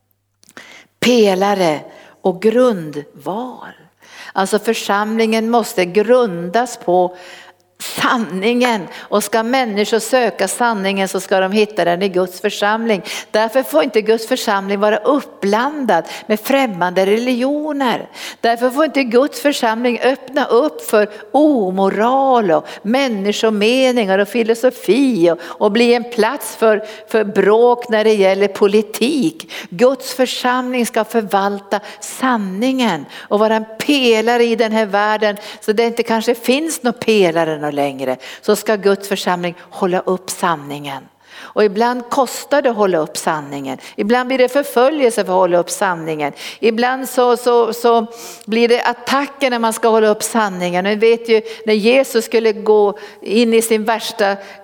Speaker 1: pelare och grundval. Alltså församlingen måste grundas på sanningen, och ska människor söka sanningen så ska de hitta den i Guds församling. Därför får inte Guds församling vara uppblandad med främmande religioner. Därför får inte Guds församling öppna upp för omoral och människomeningar och filosofi och bli en plats för bråk när det gäller politik. Guds församling ska förvalta sanningen och vara en pelare i den här världen, så det inte kanske finns några pelare längre, så ska Guds församling hålla upp sanningen. Och ibland kostar det att hålla upp sanningen. Ibland blir det förföljelse för att hålla upp sanningen. Ibland så blir det attacker när man ska hålla upp sanningen. Och vi vet ju när Jesus skulle gå in i sin värsta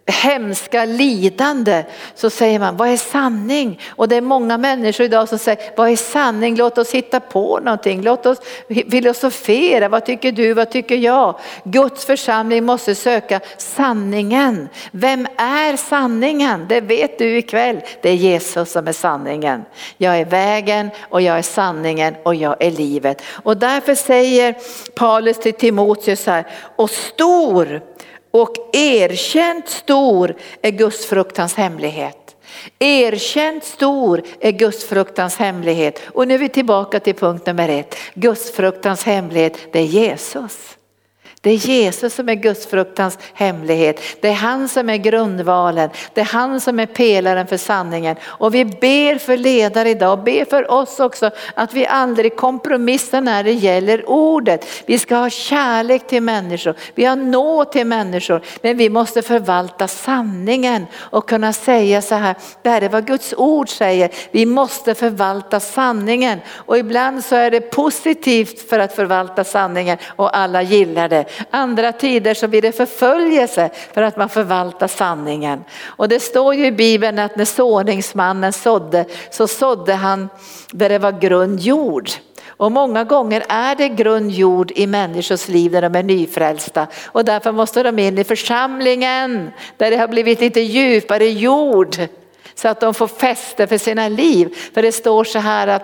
Speaker 1: hemska lidande, så säger man, vad är sanning? Och det är många människor idag som säger, vad är sanning? Låt oss hitta på någonting, låt oss filosofera, vad tycker du, vad tycker jag? Guds församling måste söka sanningen. Vem är sanningen? Det vet du ikväll, det är Jesus som är sanningen. Jag är vägen och jag är sanningen och jag är livet. Och därför säger Paulus till Timoteus här, och stor och erkänt stor är Guds fruktans hemlighet. Erkänt stor är Guds fruktans hemlighet. Och nu är vi tillbaka till punkt nummer 1. Guds fruktans hemlighet, det är Jesus. Det är Jesus som är Guds fruktans hemlighet. Det är han som är grundvalen. Det är han som är pelaren för sanningen. Och vi ber för ledare idag. Ber för oss också att vi aldrig kompromissar när det gäller ordet. Vi ska ha kärlek till människor. Vi har nå till människor. Men vi måste förvalta sanningen. Och kunna säga så här. Det här är vad Guds ord säger. Vi måste förvalta sanningen. Och ibland så är det positivt för att förvalta sanningen. Och alla gillar det. Andra tider så blir det förföljelse för att man förvaltar sanningen. Och det står ju i Bibeln att när såningsmannen sådde, så sådde han där det var grund jord. Och många gånger är det grund jord i människors liv när de är nyfrälsta. Och därför måste de in i församlingen där det har blivit lite djupare jord. Så att de får fäste för sina liv. För det står så här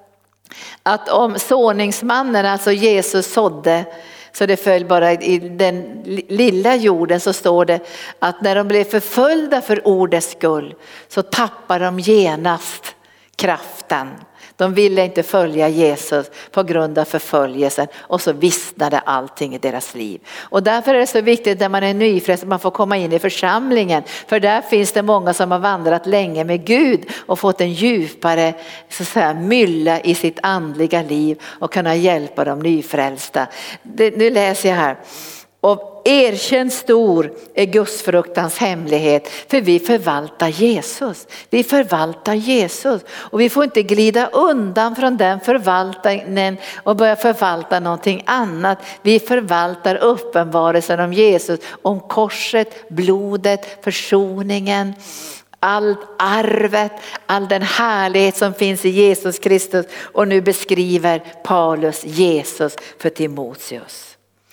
Speaker 1: att om såningsmannen, alltså Jesus, sådde, så det föll bara i den lilla jorden, så står det att när de blev förföljda för ordets skull så tappar de genast kraften. De ville inte följa Jesus på grund av förföljelsen, och så vissnade allting i deras liv. Och därför är det så viktigt när man är nyfrälst att man får komma in i församlingen. För där finns det många som har vandrat länge med Gud och fått en djupare, så att säga, mylla i sitt andliga liv och kunna hjälpa de nyfrälsta. Nu läser jag här. Och erkänt stor är Guds fruktans hemlighet, för vi förvaltar Jesus. Vi förvaltar Jesus och vi får inte glida undan från den förvaltningen och börja förvalta någonting annat. Vi förvaltar uppenbarelsen om Jesus, om korset, blodet, försoningen, allt arvet, all den härlighet som finns i Jesus Kristus. Och nu beskriver Paulus Jesus för Timoteus.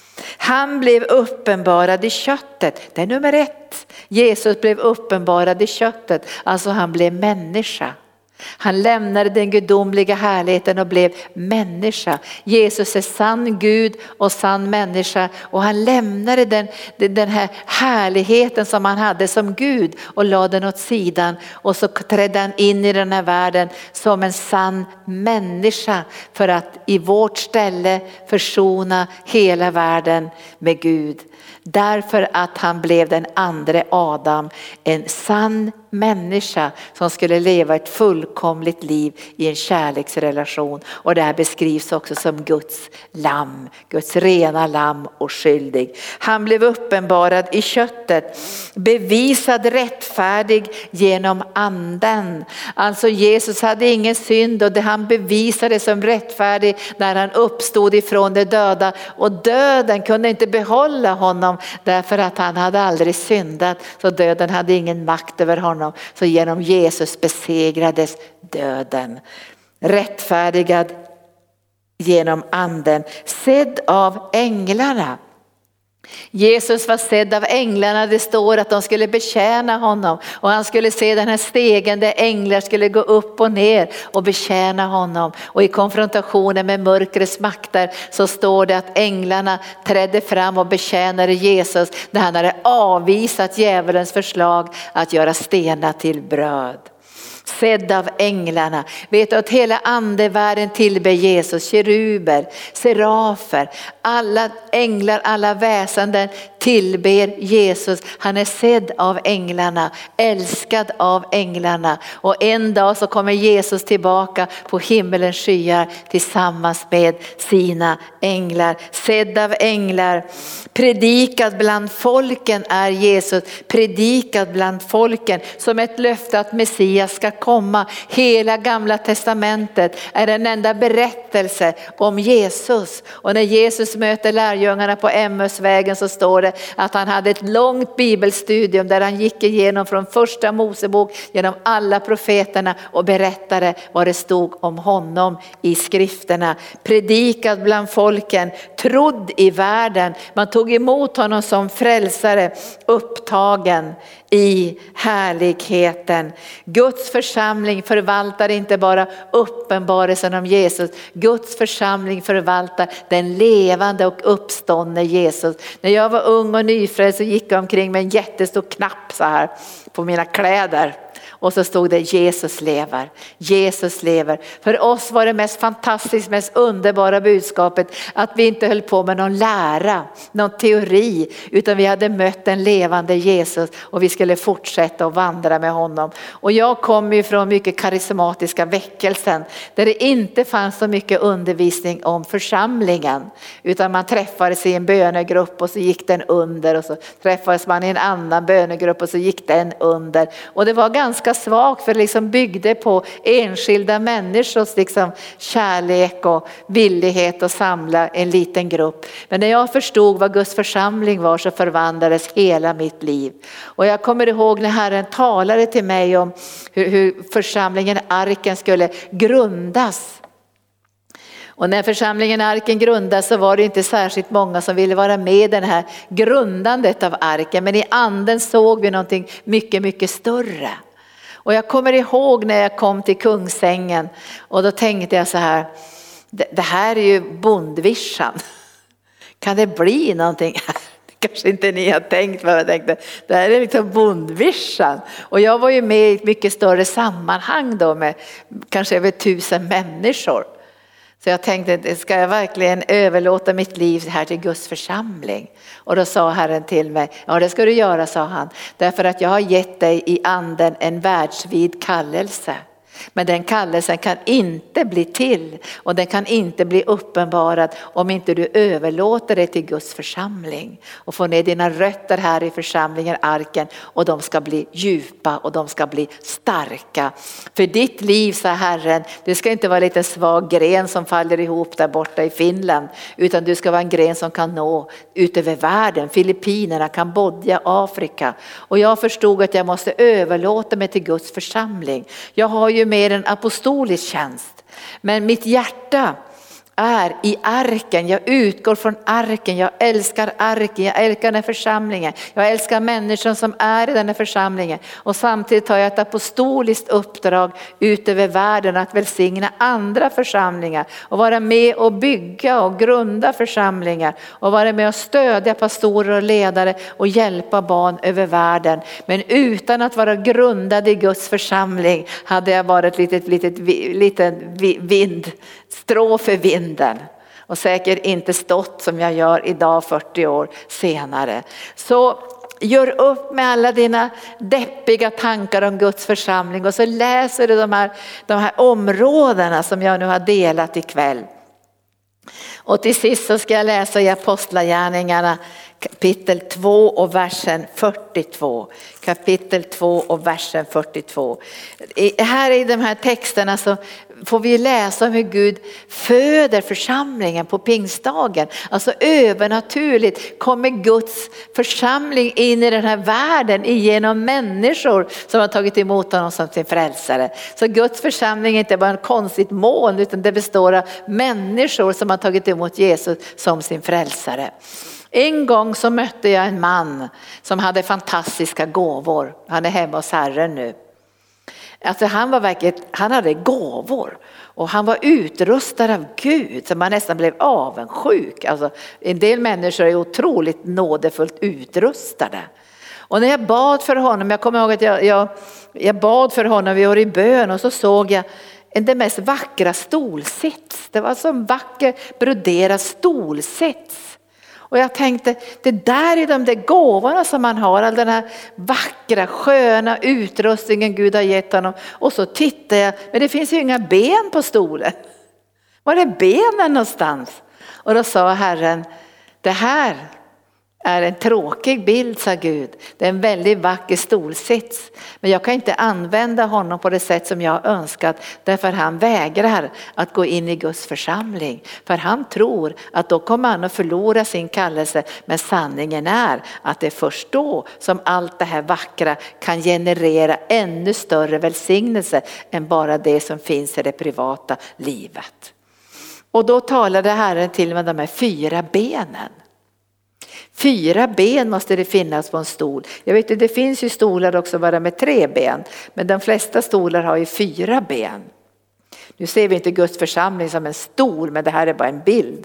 Speaker 1: Han blev uppenbarad i köttet. Det är nummer 1. Jesus blev uppenbarad i köttet. Alltså han blev människa. Han lämnade den gudomliga härligheten och blev människa. Jesus är sann Gud och sann människa. Och han lämnade den här härligheten som han hade som Gud och lade den åt sidan. Och så trädde han in i den här världen som en sann människa. För att i vårt ställe försona hela världen med Gud. Därför att han blev den andra Adam, en sann människa som skulle leva ett fullkomligt liv i en kärleksrelation. Och det här beskrivs också som Guds lamm, Guds rena lamm och skyldig. Han blev uppenbarad i köttet, bevisad rättfärdig genom anden. Alltså Jesus hade ingen synd och det han bevisade som rättfärdig när han uppstod ifrån de döda. Och döden kunde inte behålla honom därför att han hade aldrig syndat. Så döden hade ingen makt över honom. Så genom Jesus besegrades döden. Rättfärdigad genom anden. Sedd av änglarna. Jesus var sedd av änglarna. Det står att de skulle betjäna honom. Och han skulle se den här stegen där änglar skulle gå upp och ner och betjäna honom. Och i konfrontationen med mörkrets makter så står det att änglarna trädde fram och betjänade Jesus. När han hade avvisat djävulens förslag att göra stenar till bröd. Sedd av änglarna. Vet du att hela andevärlden tillber Jesus, keruber, serafer, alla änglar, alla väsenden tillber Jesus. Han är sedd av änglarna, älskad av änglarna. Och en dag så kommer Jesus tillbaka på himmelens skyar tillsammans med sina änglar. Sedd av änglar, predikad bland folken är Jesus. Predikad bland folken som ett löfte att Messias ska komma. Hela gamla testamentet är en enda berättelse om Jesus. Och när Jesus möter lärjungarna på Emmausvägen så står det det att han hade ett långt bibelstudium där han gick igenom från första Mosebok genom alla profeterna och berättade vad det stod om honom i skrifterna. Predikad bland folken, trodd i världen. Man tog emot honom som frälsare, upptagen i härligheten. Guds församling förvaltar inte bara uppenbarelsen om Jesus. Guds församling förvaltar den levande och uppståndne Jesus. När jag var ung och nyfrälst så gick jag omkring med en jättestor knapp så här på mina kläder. Och så stod det Jesus lever, Jesus lever. För oss var det mest fantastiskt, mest underbara budskapet att vi inte höll på med någon lära, någon teori, utan vi hade mött en levande Jesus och vi skulle fortsätta att vandra med honom. Och jag kom ju från mycket karismatiska väckelsen där det inte fanns så mycket undervisning om församlingen, utan man träffades i en bönegrupp och så gick den under, och så träffades man i en annan bönegrupp och så gick den under. Och det var ganska svagt för det liksom byggde på enskilda människors liksom kärlek och villighet att samla en liten grupp. Men när jag förstod vad Guds församling var så förvandlades hela mitt liv. Och jag kommer ihåg när Herren talade till mig om hur församlingen Arken skulle grundas. Och när församlingen Arken grundades så var det inte särskilt många som ville vara med i den här grundandet av Arken. Men i anden såg vi någonting mycket, mycket större. Och jag kommer ihåg när jag kom till Kungsängen och då tänkte jag så här, det här är ju bondvischan. Kan det bli någonting här? Kanske inte ni har tänkt vad jag tänkte. Det här är liksom bondvischan. Och jag var ju med i ett mycket större sammanhang då med kanske över 1000 människor. Så jag tänkte, ska jag verkligen överlåta mitt liv här till Guds församling? Och då sa Herren till mig, ja det ska du göra, sa han. Därför att jag har gett dig i anden en världsvid kallelse. Men den kallelsen kan inte bli till och den kan inte bli uppenbarad om inte du överlåter det till Guds församling. Och får ner dina rötter här i församlingen Arken och de ska bli djupa och de ska bli starka. För ditt liv, sa Herren, du ska inte vara en liten svag gren som faller ihop där borta i Finland. Utan du ska vara en gren som kan nå ut över världen, Filippinerna, Kambodja, Afrika. Och jag förstod att jag måste överlåta mig till Guds församling. Jag har ju med en apostolisk tjänst. Men mitt hjärta är i arken. Jag utgår från arken. Jag älskar arken. Jag älskar den här församlingen. Jag älskar människor som är i den här församlingen. Och samtidigt har jag ett apostoliskt uppdrag ut över världen att välsigna andra församlingar. Och vara med och bygga och grunda församlingar. Och vara med och stödja pastorer och ledare och hjälpa barn över världen. Men utan att vara grundad i Guds församling hade jag varit ett litet strå för vinden. Och säkert inte stått som jag gör idag 40 år senare. Så gör upp med alla dina deppiga tankar om Guds församling. Och så läser du de här områdena som jag nu har delat ikväll. Och till sist så ska jag läsa i Apostlagärningarna kapitel 2 och versen 42. Kapitel 2 och versen 42. Här i de här texterna så får vi läsa om hur Gud föder församlingen på pingstdagen. Alltså övernaturligt kommer Guds församling in i den här världen genom människor som har tagit emot honom som sin frälsare. Så Guds församling är inte bara en konstigt moln utan det består av människor som har tagit emot Jesus som sin frälsare. En gång så mötte jag en man som hade fantastiska gåvor. Han är hemma hos Herren nu. Alltså han hade gåvor och han var utrustad av Gud så man nästan blev avundsjuk. Alltså, en del människor är otroligt nådefullt utrustade. Och när jag bad för honom, jag kommer ihåg att jag bad för honom, vi var i bön och så såg jag den mest vackra stolsits. Det var så vacker broderad stolsits. Och jag tänkte, det där är de där gåvorna som man har, all den här vackra, sköna utrustningen Gud har gett honom. Och så tittar jag, men det finns ju inga ben på stolen. Var är benen någonstans? Och då sa Herren, det här är en tråkig bild, sa Gud. Det är en väldigt vacker stolsits. Men jag kan inte använda honom på det sätt som jag har önskat. Därför han vägrar att gå in i Guds församling. För han tror att då kommer han att förlora sin kallelse. Men sanningen är att det är först då som allt det här vackra kan generera ännu större välsignelse än bara det som finns i det privata livet. Och då talade Herren till med de här 4 benen. 4 ben måste det finnas på en stol. Jag vet att det finns ju stolar också bara med 3 ben. Men de flesta stolar har ju 4 ben. Nu ser vi inte Guds församling som en stol, men det här är bara en bild.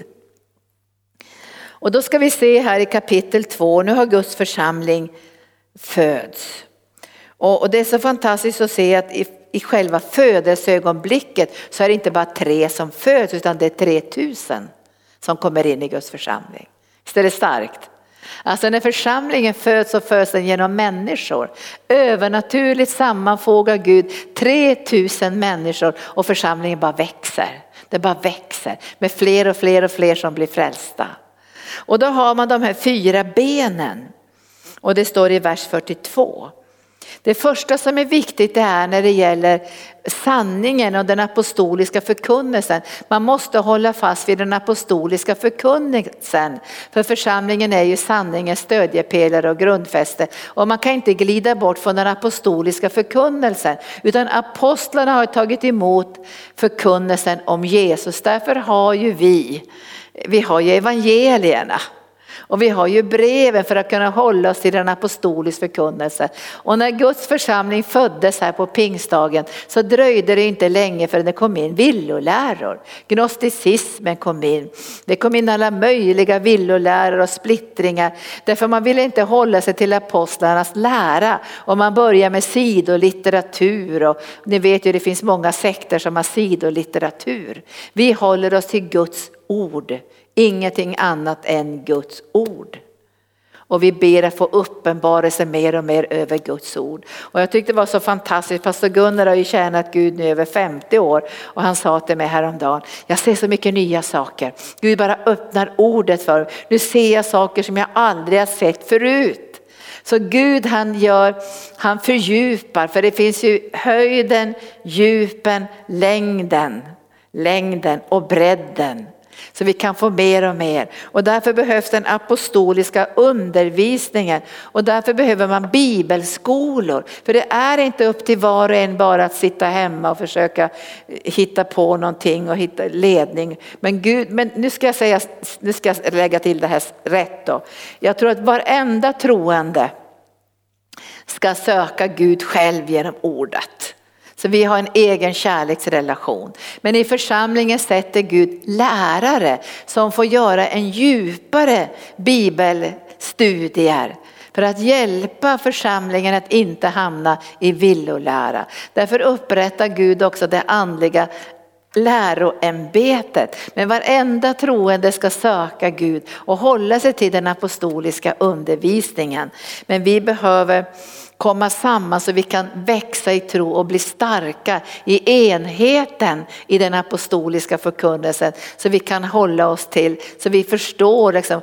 Speaker 1: Och då ska vi se här i kapitel 2. Nu har Guds församling föds. Och det är så fantastiskt att se att i själva födelseögonblicket så är det inte bara 3 som föds, utan det är 3000 som kommer in i Guds församling. Så det är starkt. Alltså när församlingen föds så föds den genom människor. Övernaturligt sammanfogar Gud 3000 människor och församlingen bara växer. Det bara växer med fler och fler och fler som blir frälsta. Och då har man de här 4 benen. Och det står i vers 42. Det första som är viktigt det är när det gäller sanningen och den apostoliska förkunnelsen. Man måste hålla fast vid den apostoliska förkunnelsen. För församlingen är ju sanningens stödjepelare och grundfäste. Och man kan inte glida bort från den apostoliska förkunnelsen. Utan apostlarna har tagit emot förkunnelsen om Jesus. Därför har ju vi har ju evangelierna. Och vi har ju breven för att kunna hålla oss till den apostoliska förkunnelsen. Och när Guds församling föddes här på pingstdagen så dröjde det inte länge förrän det kom in villoläror. Gnosticismen kom in. Det kom in alla möjliga villoläror och splittringar. Därför man ville inte hålla sig till apostlarnas lära. Och man börjar med sidolitteratur. Och ni vet ju det finns många sekter som har sidolitteratur. Vi håller oss till Guds ord. Ingenting annat än Guds ord. Och vi ber att få uppenbarelse mer och mer över Guds ord. Och jag tyckte det var så fantastiskt. Pastor Gunnar har ju tjänat Gud nu över 50 år. Och han sa till mig häromdagen. Jag ser så mycket nya saker. Gud bara öppnar ordet för mig. Nu ser jag saker som jag aldrig har sett förut. Så Gud han fördjupar. För det finns ju höjden, djupen, längden och bredden. Så vi kan få mer och mer. Och därför behövs den apostoliska undervisningen. Och därför behöver man bibelskolor. För det är inte upp till var och en bara att sitta hemma och försöka hitta på någonting och hitta ledning. Men nu ska jag lägga till det här rätt då. Jag tror att varenda troende ska söka Gud själv genom ordet. Så vi har en egen kärleksrelation. Men i församlingen sätter Gud lärare som får göra en djupare bibelstudier. För att hjälpa församlingen att inte hamna i villolära. Därför upprättar Gud också det andliga läroämbetet. Men varenda troende ska söka Gud och hålla sig till den apostoliska undervisningen. Men vi behöver komma samman så vi kan växa i tro och bli starka i enheten i den apostoliska förkunnelsen. Så vi kan hålla oss till, så vi förstår liksom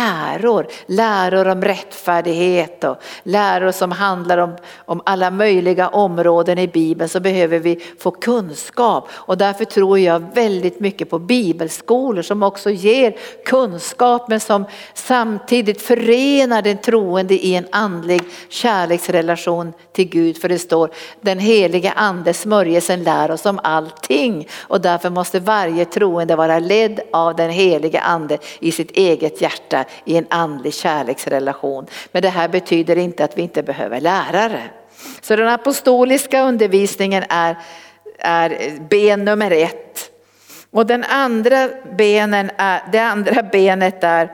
Speaker 1: läror om rättfärdighet och läror som handlar om alla möjliga områden i Bibeln. Så behöver vi få kunskap, och därför tror jag väldigt mycket på bibelskolor som också ger kunskap men som samtidigt förenar den troende i en andlig kärleksrelation till Gud. För det står den heliga ande smörjelsen lär oss om allting, och därför måste varje troende vara ledd av den heliga ande i sitt eget hjärta i en andlig kärleksrelation. Men det här betyder inte att vi inte behöver lärare. Så den apostoliska undervisningen är ben nummer 1. Och det andra benet är,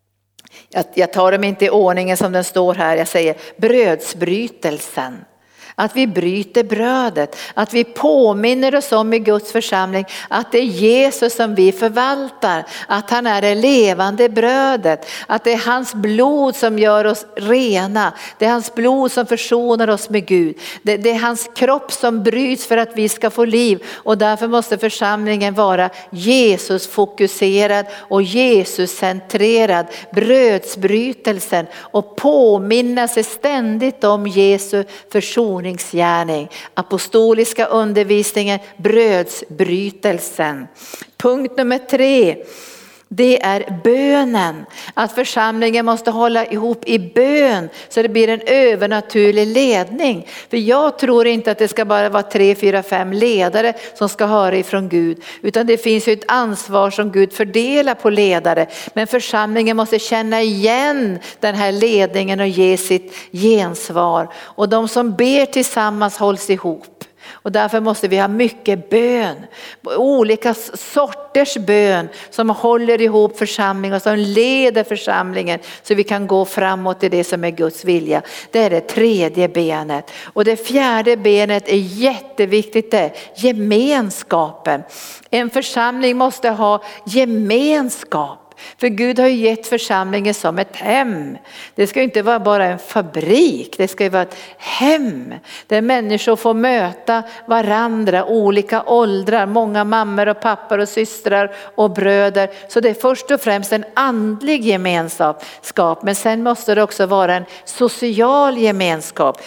Speaker 1: jag tar dem inte i ordningen som den står här, jag säger brödsbrytelsen. Att vi bryter brödet, att vi påminner oss om i Guds församling att det är Jesus som vi förvaltar, att han är det levande brödet, att det är hans blod som gör oss rena, det är hans blod som försonar oss med Gud, det är hans kropp som bryts för att vi ska få liv, och därför måste församlingen vara Jesus fokuserad och Jesus centrerad, brödsbrytelsen, och påminna sig ständigt om Jesu försoningsgärning, apostoliska undervisningen, brödsbrytelsen. Punkt nummer 3. Det är bönen, att församlingen måste hålla ihop i bön så det blir en övernaturlig ledning. För jag tror inte att det ska bara vara 3, 4, 5 ledare som ska höra ifrån Gud, utan det finns ju ett ansvar som Gud fördelar på ledare. Men församlingen måste känna igen den här ledningen och ge sitt gensvar. Och de som ber tillsammans hålls ihop. Och därför måste vi ha mycket bön, olika sorters bön som håller ihop församlingen och som leder församlingen så vi kan gå framåt i det som är Guds vilja. Det är det 3:e benet. Och det 4:e benet är jätteviktigt, det är gemenskapen. En församling måste ha gemenskap. För Gud har ju gett församlingen som ett hem. Det ska ju inte vara bara en fabrik, det ska ju vara ett hem. Där människor får möta varandra, olika åldrar, många mammor och pappor och systrar och bröder. Så det är först och främst en andlig gemenskap. Men sen måste det också vara en social gemenskap.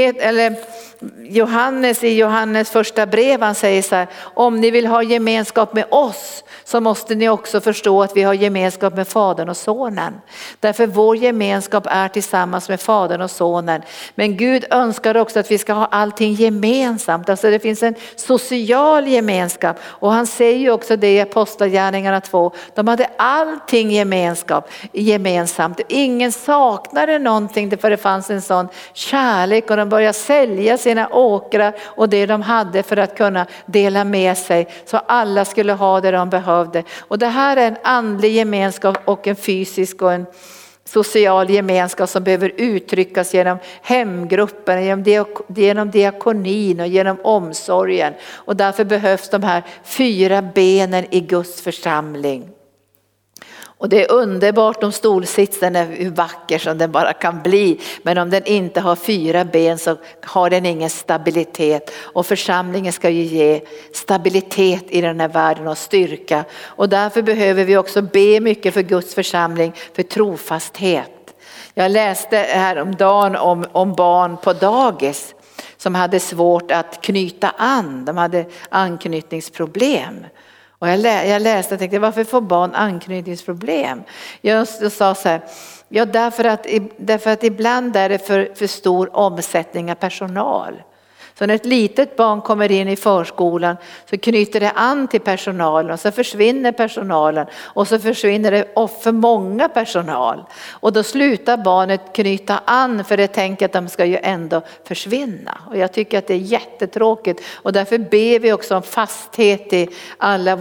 Speaker 1: Johannes i Johannes första brev, han säger så här: om ni vill ha gemenskap med oss så måste ni också förstå att vi har gemenskap med Fadern och Sonen. Därför vår gemenskap är tillsammans med Fadern och Sonen. Men Gud önskar också att vi ska ha allting gemensamt. Alltså det finns en social gemenskap. Och han säger ju också det i Apostlagärningarna 2. De hade allting gemensamt. Ingen saknade någonting för det fanns en sån kärlek, och de började sälja sina åkrar och det de hade för att kunna dela med sig. Så alla skulle ha det de behövde. Och det här är en andlig gemenskap och en fysisk och en social gemenskap som behöver uttryckas genom hemgrupper, genom diakonin och genom omsorgen. Och därför behövs de här 4 benen i Guds församling. Och det är underbart om stolsitsen är hur vacker som den bara kan bli. Men om den inte har 4 ben så har den ingen stabilitet. Och församlingen ska ju ge stabilitet i den här världen och styrka. Och därför behöver vi också be mycket för Guds församling för trofasthet. Jag läste häromdagen om barn på dagis som hade svårt att knyta an. De hade anknytningsproblem. Och jag läste och tänkte, varför får barn anknytningsproblem? Jag sa så här, ja därför att ibland är det för stor omsättning av personal. Så när ett litet barn kommer in i förskolan så knyter det an till personalen och så försvinner personalen och så försvinner det för många personal. Och då slutar barnet knyta an för det tänker att de ska ju ändå försvinna. Och jag tycker att det är jättetråkigt och därför ber vi också om fasthet i alla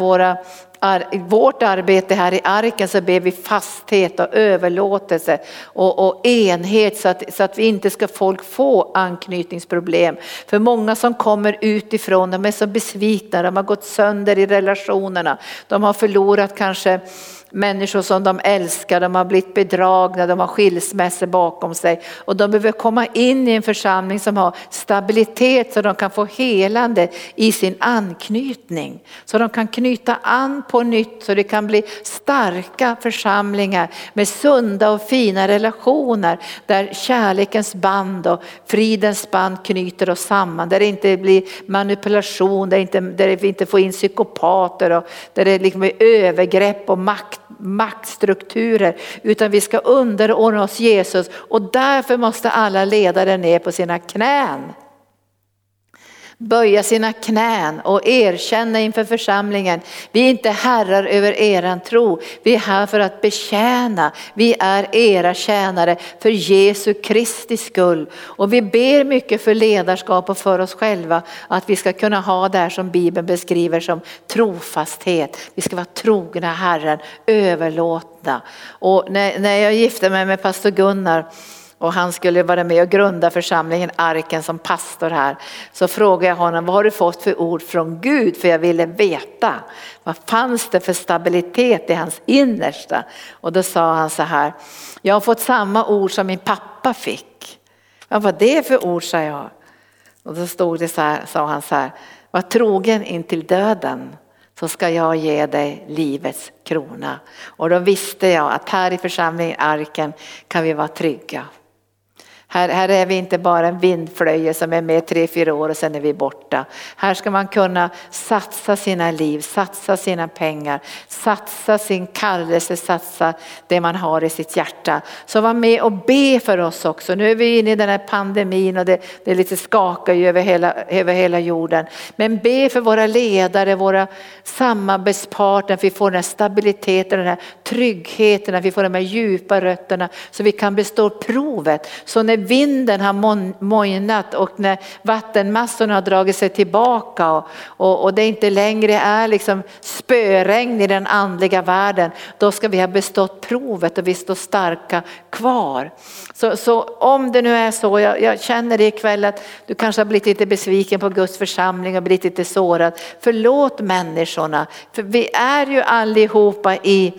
Speaker 1: vårt arbete här i Arken, så ber vi fasthet och överlåtelse och enhet så att vi inte ska folk få anknytningsproblem. För många som kommer utifrån, de är så besvikna, de har gått sönder i relationerna, de har förlorat kanske människor som de älskar, de har blivit bedragna, de har skilsmässor bakom sig och de behöver komma in i en församling som har stabilitet så de kan få helande i sin anknytning. Så de kan knyta an på nytt så det kan bli starka församlingar med sunda och fina relationer där kärlekens band och fridens band knyter oss samman. Där det inte blir manipulation, där vi inte får in psykopater och där det liksom är övergrepp och maktstrukturer, utan vi ska underordna oss Jesus och därför måste alla ledare ner på sina knän. Böja sina knän och erkänna inför församlingen. Vi är inte herrar över eran tro. Vi är här för att betjäna. Vi är era tjänare för Jesu Kristi skull. Och vi ber mycket för ledarskap och för oss själva. Att vi ska kunna ha det här som Bibeln beskriver som trofasthet. Vi ska vara trogna Herren, överlåtna. Och när jag gifte mig med pastor Gunnar och han skulle vara med och grunda församlingen Arken som pastor här, så frågade jag honom: vad har du fått för ord från Gud? För jag ville veta vad fanns det för stabilitet i hans innersta. Och då sa han så här: jag har fått samma ord som min pappa fick. Vad var det för ord, sa jag. Och då stod det så här, sa han så här: var trogen in till döden, så ska jag ge dig livets krona. Och då visste jag att här i församlingen Arken kan vi vara trygga. Här är vi inte bara en vindflöje som är med 3-4 år och sen är vi borta. Här ska man kunna satsa sina liv, satsa sina pengar, satsa sin kallelse, satsa det man har i sitt hjärta. Så var med och be för oss också. Nu är vi inne i den här pandemin och det är lite skakar ju över hela jorden. Men be för våra ledare, våra samarbetspartner, för vi får den här stabiliteten, den här tryggheten, att vi får de här djupa rötterna så vi kan bestå provet. Så när vinden har mojnat och när vattenmassorna har dragit sig tillbaka och det inte längre är liksom spöregn i den andliga världen, då ska vi ha bestått provet och vi står starka kvar. Så om det nu är så, jag känner det ikväll att du kanske har blivit lite besviken på Guds församling och blivit lite sårad. Förlåt människorna, för vi är ju allihopa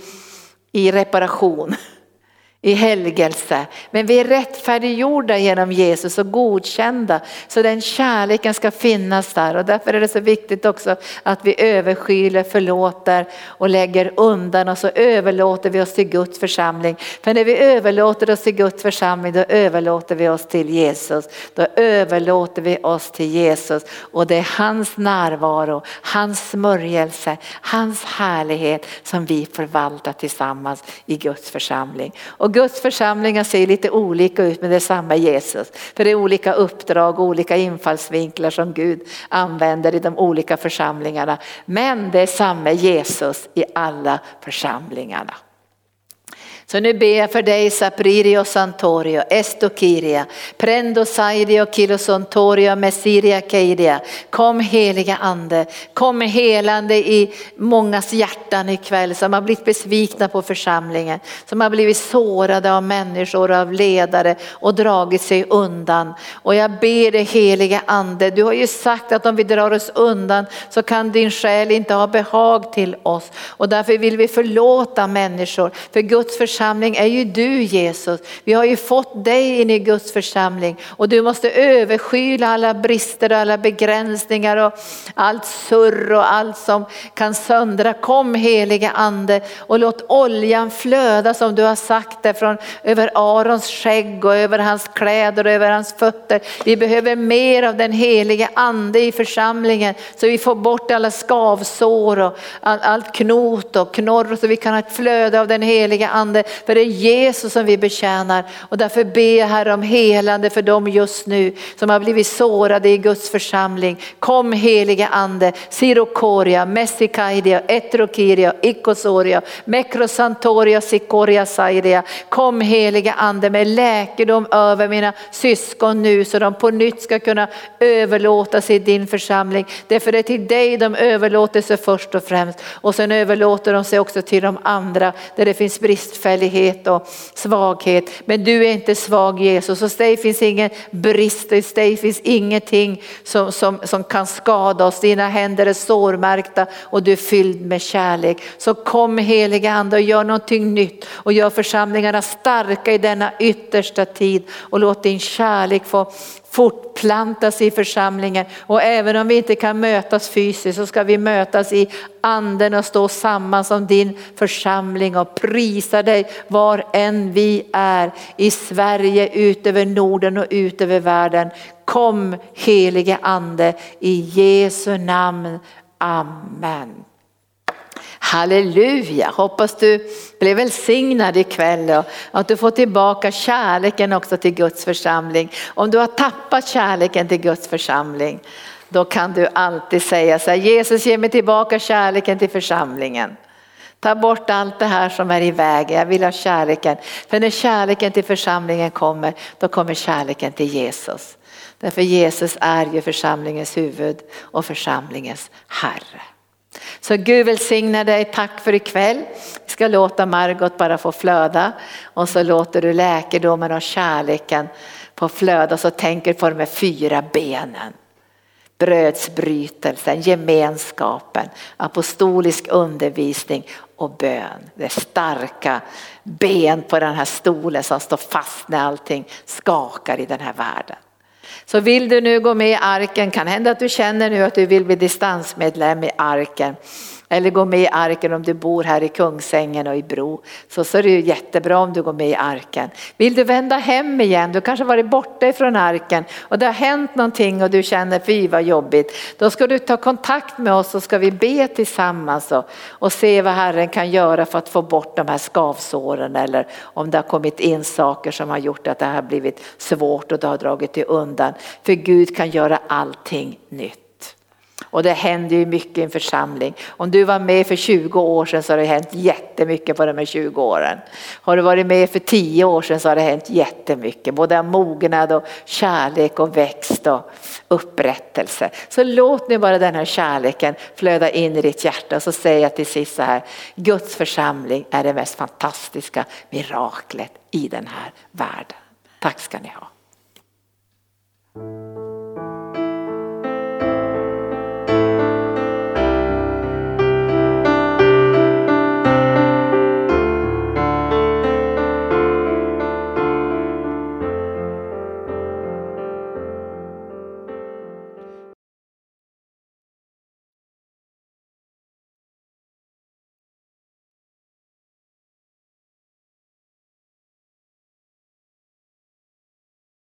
Speaker 1: i reparation, i helgelse. Men vi är rättfärdiggjorda genom Jesus och godkända. Så den kärleken ska finnas där. Och därför är det så viktigt också att vi överskyler, förlåter och lägger undan. Och så överlåter vi oss till Guds församling. För när vi överlåter oss till Guds församling, då överlåter vi oss till Jesus. Då överlåter vi oss till Jesus. Och det är hans närvaro, hans smörjelse, hans härlighet som vi förvaltar tillsammans i Guds församling. Och Guds församlingar ser lite olika ut, men det är samma Jesus. För det är olika uppdrag och olika infallsvinklar som Gud använder i de olika församlingarna. Men det är samma Jesus i alla församlingarna. Så nu ber jag för dig, Sapririo Santorio, Estokiria, Prendo Saidio, Kilosontorio, Messiria Keidia. Kom heliga ande, kom helande i mångas hjärtan ikväll som har blivit besvikna på församlingen. Som har blivit sårade av människor, av ledare och dragit sig undan. Och jag ber dig, heliga ande, du har ju sagt att om vi drar oss undan så kan din själ inte ha behag till oss. Och därför vill vi förlåta människor, för Guds församling är ju du, Jesus. Vi har ju fått dig in i Guds församling och du måste överskyla alla brister och alla begränsningar och allt surr och allt som kan söndra. Kom heliga ande och låt oljan flöda som du har sagt det från över Arons skägg och över hans kläder och över hans fötter. Vi behöver mer av den heliga ande i församlingen så vi får bort alla skavsår och allt knot och knorr så vi kan ha ett flöde av den heliga ande. För det är Jesus som vi betjänar och därför ber jag här om helande för dem just nu som har blivit sårade i Guds församling. Kom heliga ande, Sirokoria, Messikaidia, Etrokiria, Ikosoria, Mekrosantoria, Sikoria, Sairia. Kom heliga ande med läkedom över mina syskon nu så de på nytt ska kunna överlåta sig i din församling. Därför det är till dig de överlåter sig först och främst och sen överlåter de sig också till de andra där det finns bristfällighet och svaghet. Men du är inte svag, Jesus. Hos dig finns ingen brist, hos dig finns ingenting som kan skada oss. Dina händer är sårmärkta och du är fylld med kärlek. Så kom heliga ande och gör någonting nytt och gör församlingarna starka i denna yttersta tid och låt din kärlek få fortplantas i församlingen. Och även om vi inte kan mötas fysiskt så ska vi mötas i anden och stå samman som din församling och prisa dig var än vi är i Sverige, ut över Norden och ut över världen. Kom helige ande i Jesu namn. Amen. Halleluja, hoppas du blev välsignad ikväll och att du får tillbaka kärleken också till Guds församling. Om du har tappat kärleken till Guds församling, då kan du alltid säga så här: Jesus, ge mig tillbaka kärleken till församlingen. Ta bort allt det här som är i vägen, jag vill ha kärleken. För när kärleken till församlingen kommer, då kommer kärleken till Jesus. Därför Jesus är ju församlingens huvud och församlingens Herre. Så Gud välsignar dig, tack för ikväll. Vi ska låta Margot bara få flöda och så låter du läkedomen och kärleken få flöda och så tänker du på de här 4 benen. Brödsbrytelsen, gemenskapen, apostolisk undervisning och bön. Det är starka ben på den här stolen som står fast när allting skakar i den här världen. Så vill du nu gå med i arken, kan hända att du känner nu att du vill bli distansmedlem i arken. Eller gå med i arken om du bor här i Kungsängen och i Bro. Så är det ju jättebra om du går med i arken. Vill du vända hem igen, du kanske varit borta ifrån arken och det har hänt någonting och du känner fy vad jobbigt. Då ska du ta kontakt med oss och ska vi be tillsammans och se vad Herren kan göra för att få bort de här skavsåren. Eller om det har kommit in saker som har gjort att det har blivit svårt och det har dragit dig undan. För Gud kan göra allting nytt. Och det händer ju mycket i en församling. Om du var med för 20 år sedan så har det hänt jättemycket på de här 20 åren. Har du varit med för 10 år sedan så har det hänt jättemycket. Både av mognad och kärlek och växt och upprättelse. Så låt nu bara den här kärleken flöda in i ditt hjärta. Och så säger jag till sist så här. Guds församling är det mest fantastiska miraklet i den här världen. Tack ska ni ha.